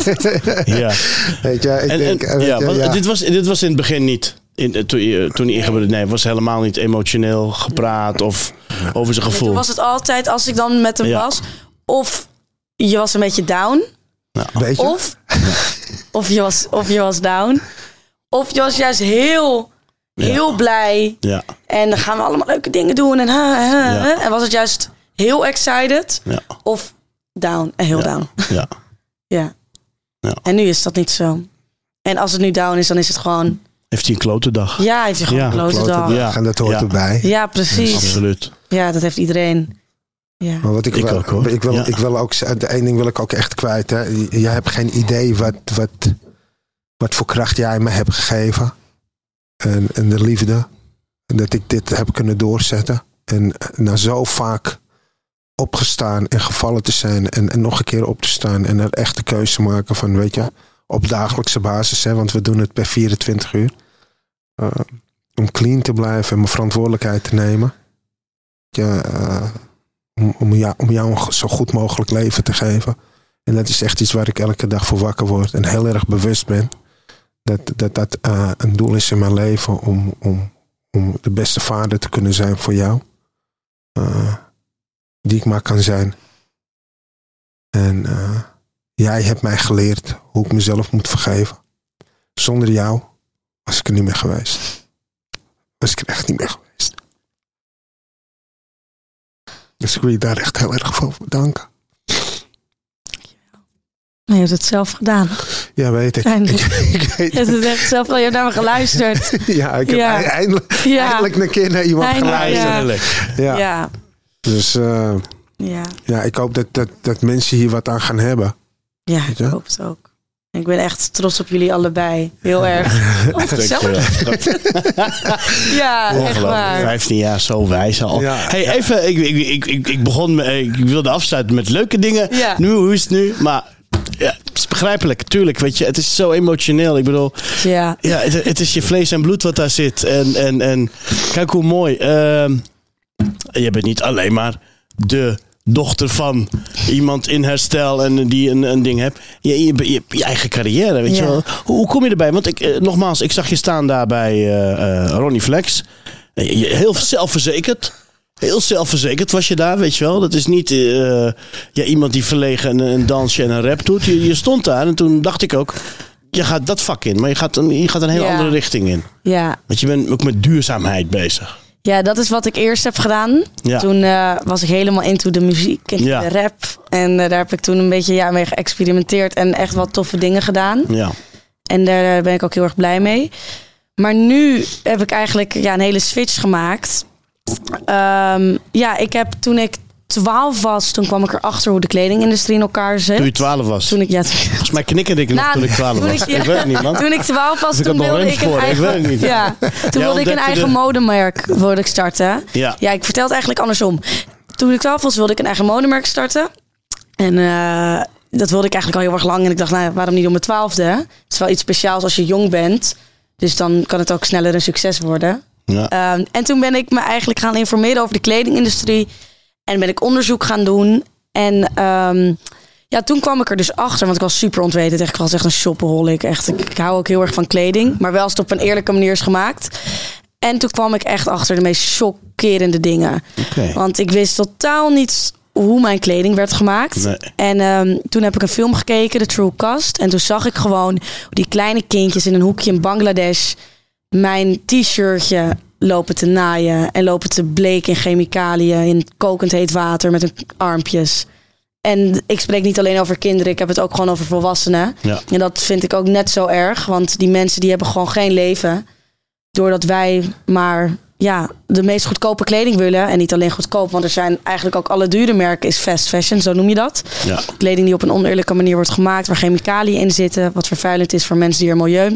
Ja. Weet je, ik En, denk... en, weet ja, je, want ja. Dit, was, dit was in het begin niet. In, toen, je- toen hij ingebeurde, nee, het was helemaal niet emotioneel gepraat of over zijn Nee, gevoel. toen was het altijd als ik dan met hem Ja. was. Of je was een beetje down. Weet je? Of, of, je was, of je was down. Of je was juist heel, heel blij. Ja, En dan gaan we allemaal leuke dingen doen. En, ha, ha, Ja. ha. En was het juist heel excited. ja, Of down. En heel Ja. down. ja. Ja. Ja. En nu is dat niet zo. En als het nu down is, dan is het gewoon... Heeft hij een klote dag? Ja, heeft hij gewoon Ja, een klote Klote dag. dag. Ja. En dat hoort Ja. erbij. Ja, precies. Absoluut. Ja, dat heeft iedereen. Ja. Maar wat ik, Ik wel, ook, hoor. ik wil, Ja. ik wil ook, de één ding wil ik ook echt kwijt. Hè. Jij hebt geen idee wat, wat, wat voor kracht jij me hebt gegeven. En, en de liefde. En dat ik dit heb kunnen doorzetten. En na zo vaak opgestaan en gevallen te zijn. En, en nog een keer op te staan. En er echt de keuze maken van, weet je, op dagelijkse basis. Hè, want we doen het per vierentwintig uur. Uh, om clean te blijven en mijn verantwoordelijkheid te nemen. Ja, uh, om, om, jou, om jou een zo goed mogelijk leven te geven. En dat is echt iets waar ik elke dag voor wakker word. En heel erg bewust ben. Dat dat, dat uh, een doel is in mijn leven. Om, om, om de beste vader te kunnen zijn voor jou. Uh, die ik maar kan zijn. En uh, jij hebt mij geleerd hoe ik mezelf moet vergeven. Zonder jou was ik er niet meer geweest. Was ik er echt niet meer geweest. Dus ik wil je daar echt heel erg voor bedanken. Je hebt het zelf gedaan. Ja, weet ik. ik, ik weet je hebt het echt zelf, je hebt naar me geluisterd. Ja, ik heb ja. eindelijk, ja. eindelijk een keer naar iemand eindelijk, geluisterd. Ja. Ja. ja. Dus uh, ja. ja, ik hoop dat, dat, dat mensen hier wat aan gaan hebben. Ja, ik hoop het ook. Ik ben echt trots op jullie allebei. Heel erg. Oh, ja, echt waar. vijftien jaar zo wijs al. Ja. Hey, even, ik, ik, ik, ik, ik begon, ik wilde afsluiten met leuke dingen. Ja. Nu, hoe is het nu? Maar ja, het is begrijpelijk, tuurlijk. Weet je, het is zo emotioneel. Ik bedoel, ja. Ja, het, het is je vlees en bloed wat daar zit. En, en, en kijk hoe mooi. Uh, je bent niet alleen maar de dochter van iemand in herstel en die een, een ding hebt. Je, je, je, je eigen carrière, weet ja. je wel. Hoe, hoe kom je erbij? Want ik, uh, nogmaals, ik zag je staan daar bij uh, uh, Ronnie Flex. Je, heel zelfverzekerd. Heel zelfverzekerd was je daar, weet je wel. Dat is niet uh, ja, iemand die verlegen een, een dansje en een rap doet. Je, je stond daar en toen dacht ik ook, je gaat dat vak in. Maar je gaat een, je gaat een heel ja. andere richting in. Ja. Want je bent ook met duurzaamheid bezig. Ja, dat is wat ik eerst heb gedaan. Ja. Toen uh, was ik helemaal into de muziek en ja. de rap. En uh, daar heb ik toen een beetje ja, mee geëxperimenteerd en echt wat toffe dingen gedaan. Ja. En daar ben ik ook heel erg blij mee. Maar nu heb ik eigenlijk ja, een hele switch gemaakt. Um, ja, ik heb toen ik twaalf was, toen kwam ik erachter hoe de kledingindustrie in elkaar zit. Toen je twaalf was? Toen ik, ja, Volgens mij knikkerde ik nog nou, toen ik twaalf was. Ik, ja, ik weet het niet, man. Toen ik twaalf was, dus toen ik wilde ik een voor, eigen, ik weet het niet. Ja, toen wilde ik een eigen de... modemerk wilde ik starten. Ja. ja, ik vertel het eigenlijk andersom. Toen ik twaalf was, wilde ik een eigen modemerk starten. En uh, dat wilde ik eigenlijk al heel erg lang. En ik dacht, nou, waarom niet om mijn twaalfde? Het is wel iets speciaals als je jong bent. Dus dan kan het ook sneller een succes worden. Ja. Um, en toen ben ik me eigenlijk gaan informeren over de kledingindustrie. En ben ik onderzoek gaan doen. En um, ja, toen kwam ik er dus achter. Want ik was super ontwetend. Ik was echt een shopaholic. Echt, ik, ik hou ook heel erg van kleding. Maar wel als het op een eerlijke manier is gemaakt. En toen kwam ik echt achter de meest chockerende dingen. Okay. Want ik wist totaal niet hoe mijn kleding werd gemaakt. Nee. En um, toen heb ik een film gekeken, The True Cost. En toen zag ik gewoon die kleine kindjes in een hoekje in Bangladesh mijn t-shirtje lopen te naaien en lopen te bleken in chemicaliën, in kokend heet water met hun armpjes. En ik spreek niet alleen over kinderen, ik heb het ook gewoon over volwassenen. Ja. En dat vind ik ook net zo erg, want die mensen die hebben gewoon geen leven. Doordat wij maar ja, de meest goedkope kleding willen. En niet alleen goedkoop, want er zijn eigenlijk ook alle dure merken is fast fashion, zo noem je dat. Ja. Kleding die op een oneerlijke manier wordt gemaakt, waar chemicaliën in zitten, wat vervuilend is voor mensen die er milieu.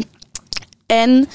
En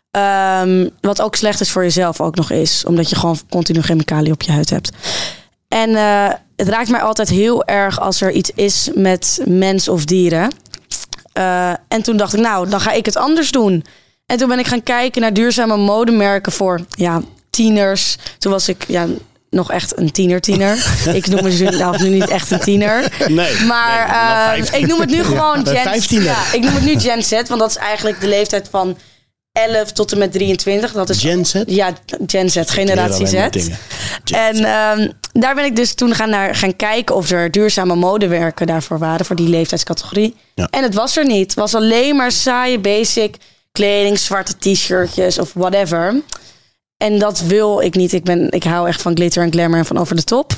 Um, wat ook slecht is voor jezelf ook nog is. Omdat je gewoon continu chemicaliën op je huid hebt. En uh, het raakt mij altijd heel erg als er iets is met mens of dieren. Uh, en toen dacht ik, nou, dan ga ik het anders doen. En toen ben ik gaan kijken naar duurzame modemerken voor ja, tieners. Toen was ik ja, nog echt een tiener-tiener. Ik noem mezelf nu niet echt een tiener. Nee, maar nee, uh, ik noem het nu gewoon ja, Gen Z. Ja, ik noem het nu Gen Z, want dat is eigenlijk de leeftijd van elf tot en met drieëntwintig. Dat is Gen Z? Ja, Gen Z, generatie Z. En um, daar ben ik dus toen gaan, naar, gaan kijken of er duurzame modewerken daarvoor waren, voor die leeftijdscategorie. Ja. En het was er niet. Het was alleen maar saaie basic kleding, zwarte t-shirtjes of whatever. En dat wil ik niet. Ik, ben, ik hou echt van glitter en glamour en van over de top.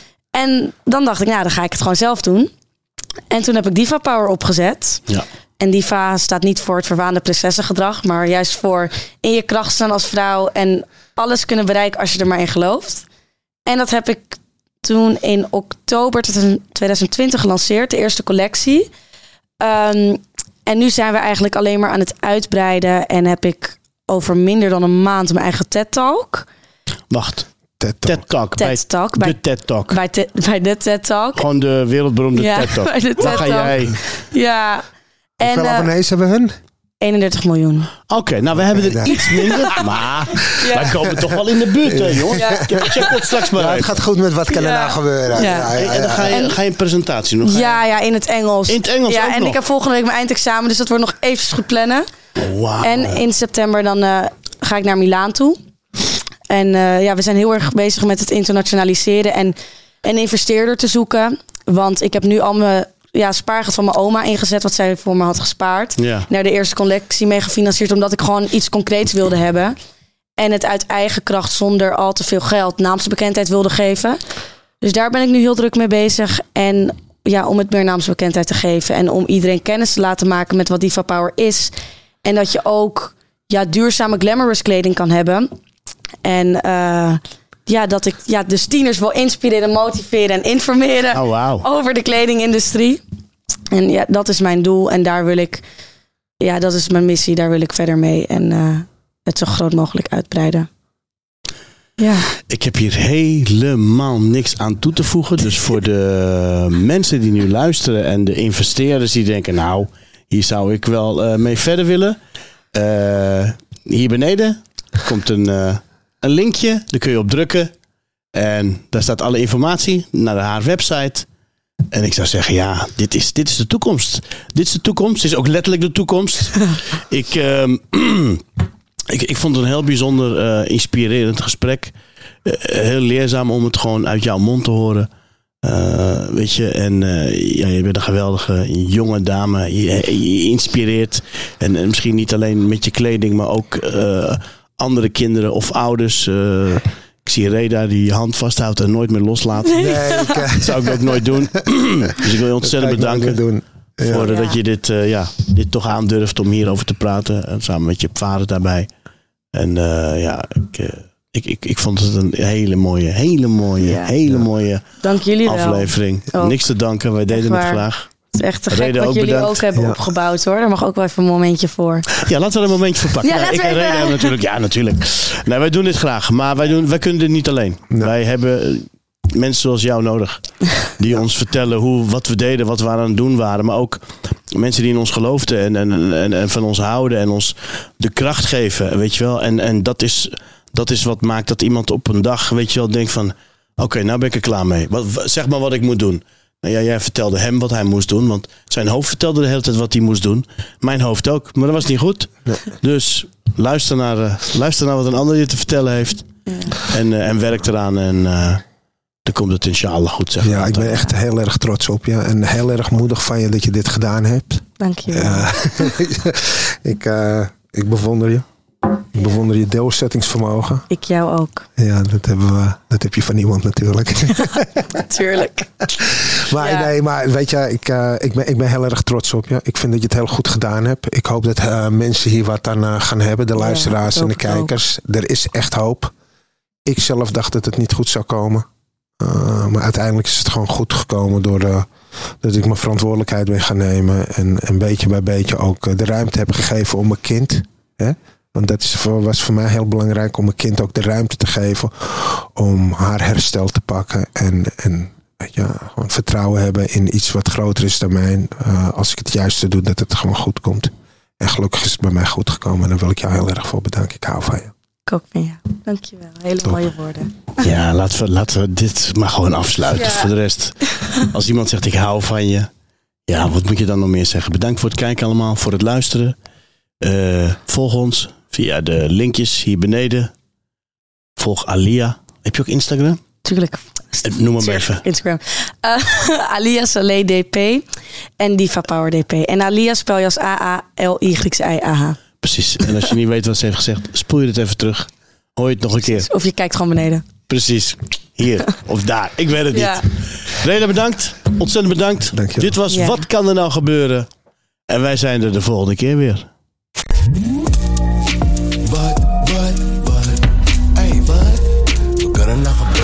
En dan dacht ik, nou, dan ga ik het gewoon zelf doen. En toen heb ik Diva Power opgezet. Ja. En Diva staat niet voor het verwaande prinsessengedrag, maar juist voor in je kracht staan als vrouw en alles kunnen bereiken als je er maar in gelooft. En dat heb ik toen in oktober twintig twintig gelanceerd, de eerste collectie. Um, en nu zijn we eigenlijk alleen maar aan het uitbreiden en heb ik over minder dan een maand mijn eigen TED-talk. Wacht, TED Talk. TED Talk. TED bij Talk. De Bij, TED Talk. bij, te, bij de TED Talk. Gewoon de wereldberoemde Ja, TED Talk. bij de Waar TED ga Talk. jij? Ja. En Hoeveel uh, abonnees hebben hun? eenendertig miljoen. Oké, okay, nou we hebben er nou. iets minder. Maar Ja. wij komen toch wel in de buurt, hè, jongens. Ja. Check dat straks maar Ja, het uit. gaat goed met wat kan er Ja. nou gebeuren. Ja. Ja, Hey, ja, en dan ja. ga je, ga je een presentatie nog? Ga je- Ja, ja, in het Engels. In het Engels Ja, ook en nog? ik heb volgende week mijn eindexamen, dus dat wordt nog eventjes goed plannen. Wauw. En in september dan uh, ga ik naar Milaan toe. En uh, ja, we zijn heel erg bezig met het internationaliseren en een investeerder te zoeken. Want ik heb nu al mijn ja, spaargeld van mijn oma ingezet, wat zij voor me had gespaard. Ja. Naar de eerste collectie mee gefinancierd, omdat ik gewoon iets concreets wilde hebben. En het uit eigen kracht zonder al te veel geld naamsbekendheid wilde geven. Dus daar ben ik nu heel druk mee bezig. En ja, om het meer naamsbekendheid te geven. En om iedereen kennis te laten maken met wat Diva Power is. En dat je ook ja, duurzame glamorous kleding kan hebben. En uh, ja, dat ik ja, dus tieners wil inspireren, motiveren en informeren Oh, wauw. over de kledingindustrie. En ja, dat is mijn doel. En daar wil ik, ja, dat is mijn missie. Daar wil ik verder mee. En uh, het zo groot mogelijk uitbreiden. Ja. Ik heb hier helemaal niks aan toe te voegen. Dus voor de mensen die nu luisteren en de investeerders die denken, nou, hier zou ik wel uh, mee verder willen. Uh, hier beneden komt een, uh, een linkje. Daar kun je op drukken. En daar staat alle informatie naar haar website. En ik zou zeggen, ja, dit is, dit is de toekomst. Dit is de toekomst. Dit is ook letterlijk de toekomst. ik, uh, ik, ik vond het een heel bijzonder uh, inspirerend gesprek. Uh, heel leerzaam om het gewoon uit jouw mond te horen. Uh, weet je, en uh, ja, je bent een geweldige jonge dame. Je, je inspireert. En, en misschien niet alleen met je kleding, maar ook uh, andere kinderen of ouders. Uh, ik zie Reda die je hand vasthoudt en nooit meer loslaat. Nee, ik, uh, Dat zou ik ook nooit doen. Dus ik wil je ontzettend bedanken. Doen. Ja. Voor uh, Ja. dat je dit, uh, ja, dit toch aandurft om hierover te praten. En samen met je vader daarbij. En uh, ja, ik, uh, ik, ik, ik vond het een hele mooie, hele mooie, Ja. hele mooie Dank jullie wel. aflevering. Ook. Niks te danken, wij deden Echt het waar. graag. Het is echt te gek Reda wat ook jullie bedankt. ook hebben Ja. opgebouwd hoor. Daar mag ook wel even een momentje voor. Ja, laten we er een momentje voor pakken. Ja, Ja, laten ik we en even- Reda natuurlijk. Ja, natuurlijk. Nee, wij doen dit graag. Maar wij, doen, wij kunnen dit niet alleen. Nee. Wij hebben uh, mensen zoals jou nodig. Die ons vertellen hoe, wat we deden, wat we aan het doen waren. Maar ook mensen die in ons geloofden en, en, en, en van ons houden. En ons de kracht geven, weet je wel. En, en dat, is, dat is wat maakt dat iemand op een dag, weet je wel, denkt van... Oké, okay, nou ben ik er klaar mee. Wat, zeg maar wat ik moet doen. Nou ja, jij vertelde hem wat hij moest doen. Want zijn hoofd vertelde de hele tijd wat hij moest doen. Mijn hoofd ook. Maar dat was niet goed. Nee. Dus luister naar, uh, luister naar wat een ander je te vertellen heeft. Ja. En, uh, en werk eraan. En uh, dan komt het inshallah goed. Zeg Ja, maar. ik ben echt heel erg trots op je. En heel erg moedig van je dat je dit gedaan hebt. Dank je wel. Ja. ik, uh, ik bewonder je. Ik bewonder je doorzettingsvermogen. Ik jou ook. Ja, dat, hebben we, dat heb je van niemand natuurlijk. Natuurlijk. Maar Ja. nee, maar weet je, ik, uh, ik, ben, ik ben heel erg trots op je. Ik vind dat je het heel goed gedaan hebt. Ik hoop dat uh, mensen hier wat aan uh, gaan hebben. De Ja, luisteraars dat en de hoop ik ook. kijkers. Er is echt hoop. Ik zelf dacht dat het niet goed zou komen. Uh, maar uiteindelijk is het gewoon goed gekomen door uh, dat ik mijn verantwoordelijkheid ben gaan nemen. En, en beetje bij beetje ook uh, de ruimte heb gegeven om mijn kind. Hè? Want dat is voor, was voor mij heel belangrijk om mijn kind ook de ruimte te geven om haar herstel te pakken. En, en ja, gewoon vertrouwen hebben in iets wat groter is dan mij. Uh, als ik het juiste doe, dat het gewoon goed komt. En gelukkig is het bij mij goed gekomen. En daar wil ik jou heel erg voor bedanken. Ik hou van je. Ik ook van jou. Dank je wel. Hele Top. mooie woorden. Ja, laten we, laten we dit maar gewoon afsluiten. Ja. Voor de rest, als iemand zegt ik hou van je. Ja, wat moet je dan nog meer zeggen? Bedankt voor het kijken allemaal, voor het luisteren. Uh, volg ons via de linkjes hier beneden. Volg Alia. Heb je ook Instagram? Tuurlijk. Noem hem Check even. Instagram. Uh, Alia Saleh D P en Diva Power D P. En Alia spel je als A A L Y I A H. Precies. En als je niet weet wat ze heeft gezegd, spoel je het even terug. Hoor je het nog een keer. Of je kijkt gewoon beneden. Precies. Hier of daar. Ik weet het niet. Ja. Reda, bedankt. Ontzettend bedankt. Dankjewel. Dit was Ja. Wat kan er nou gebeuren? En wij zijn er de volgende keer weer. Wat, wat, wat? Hey, wat? Wat kan er nou gebeuren?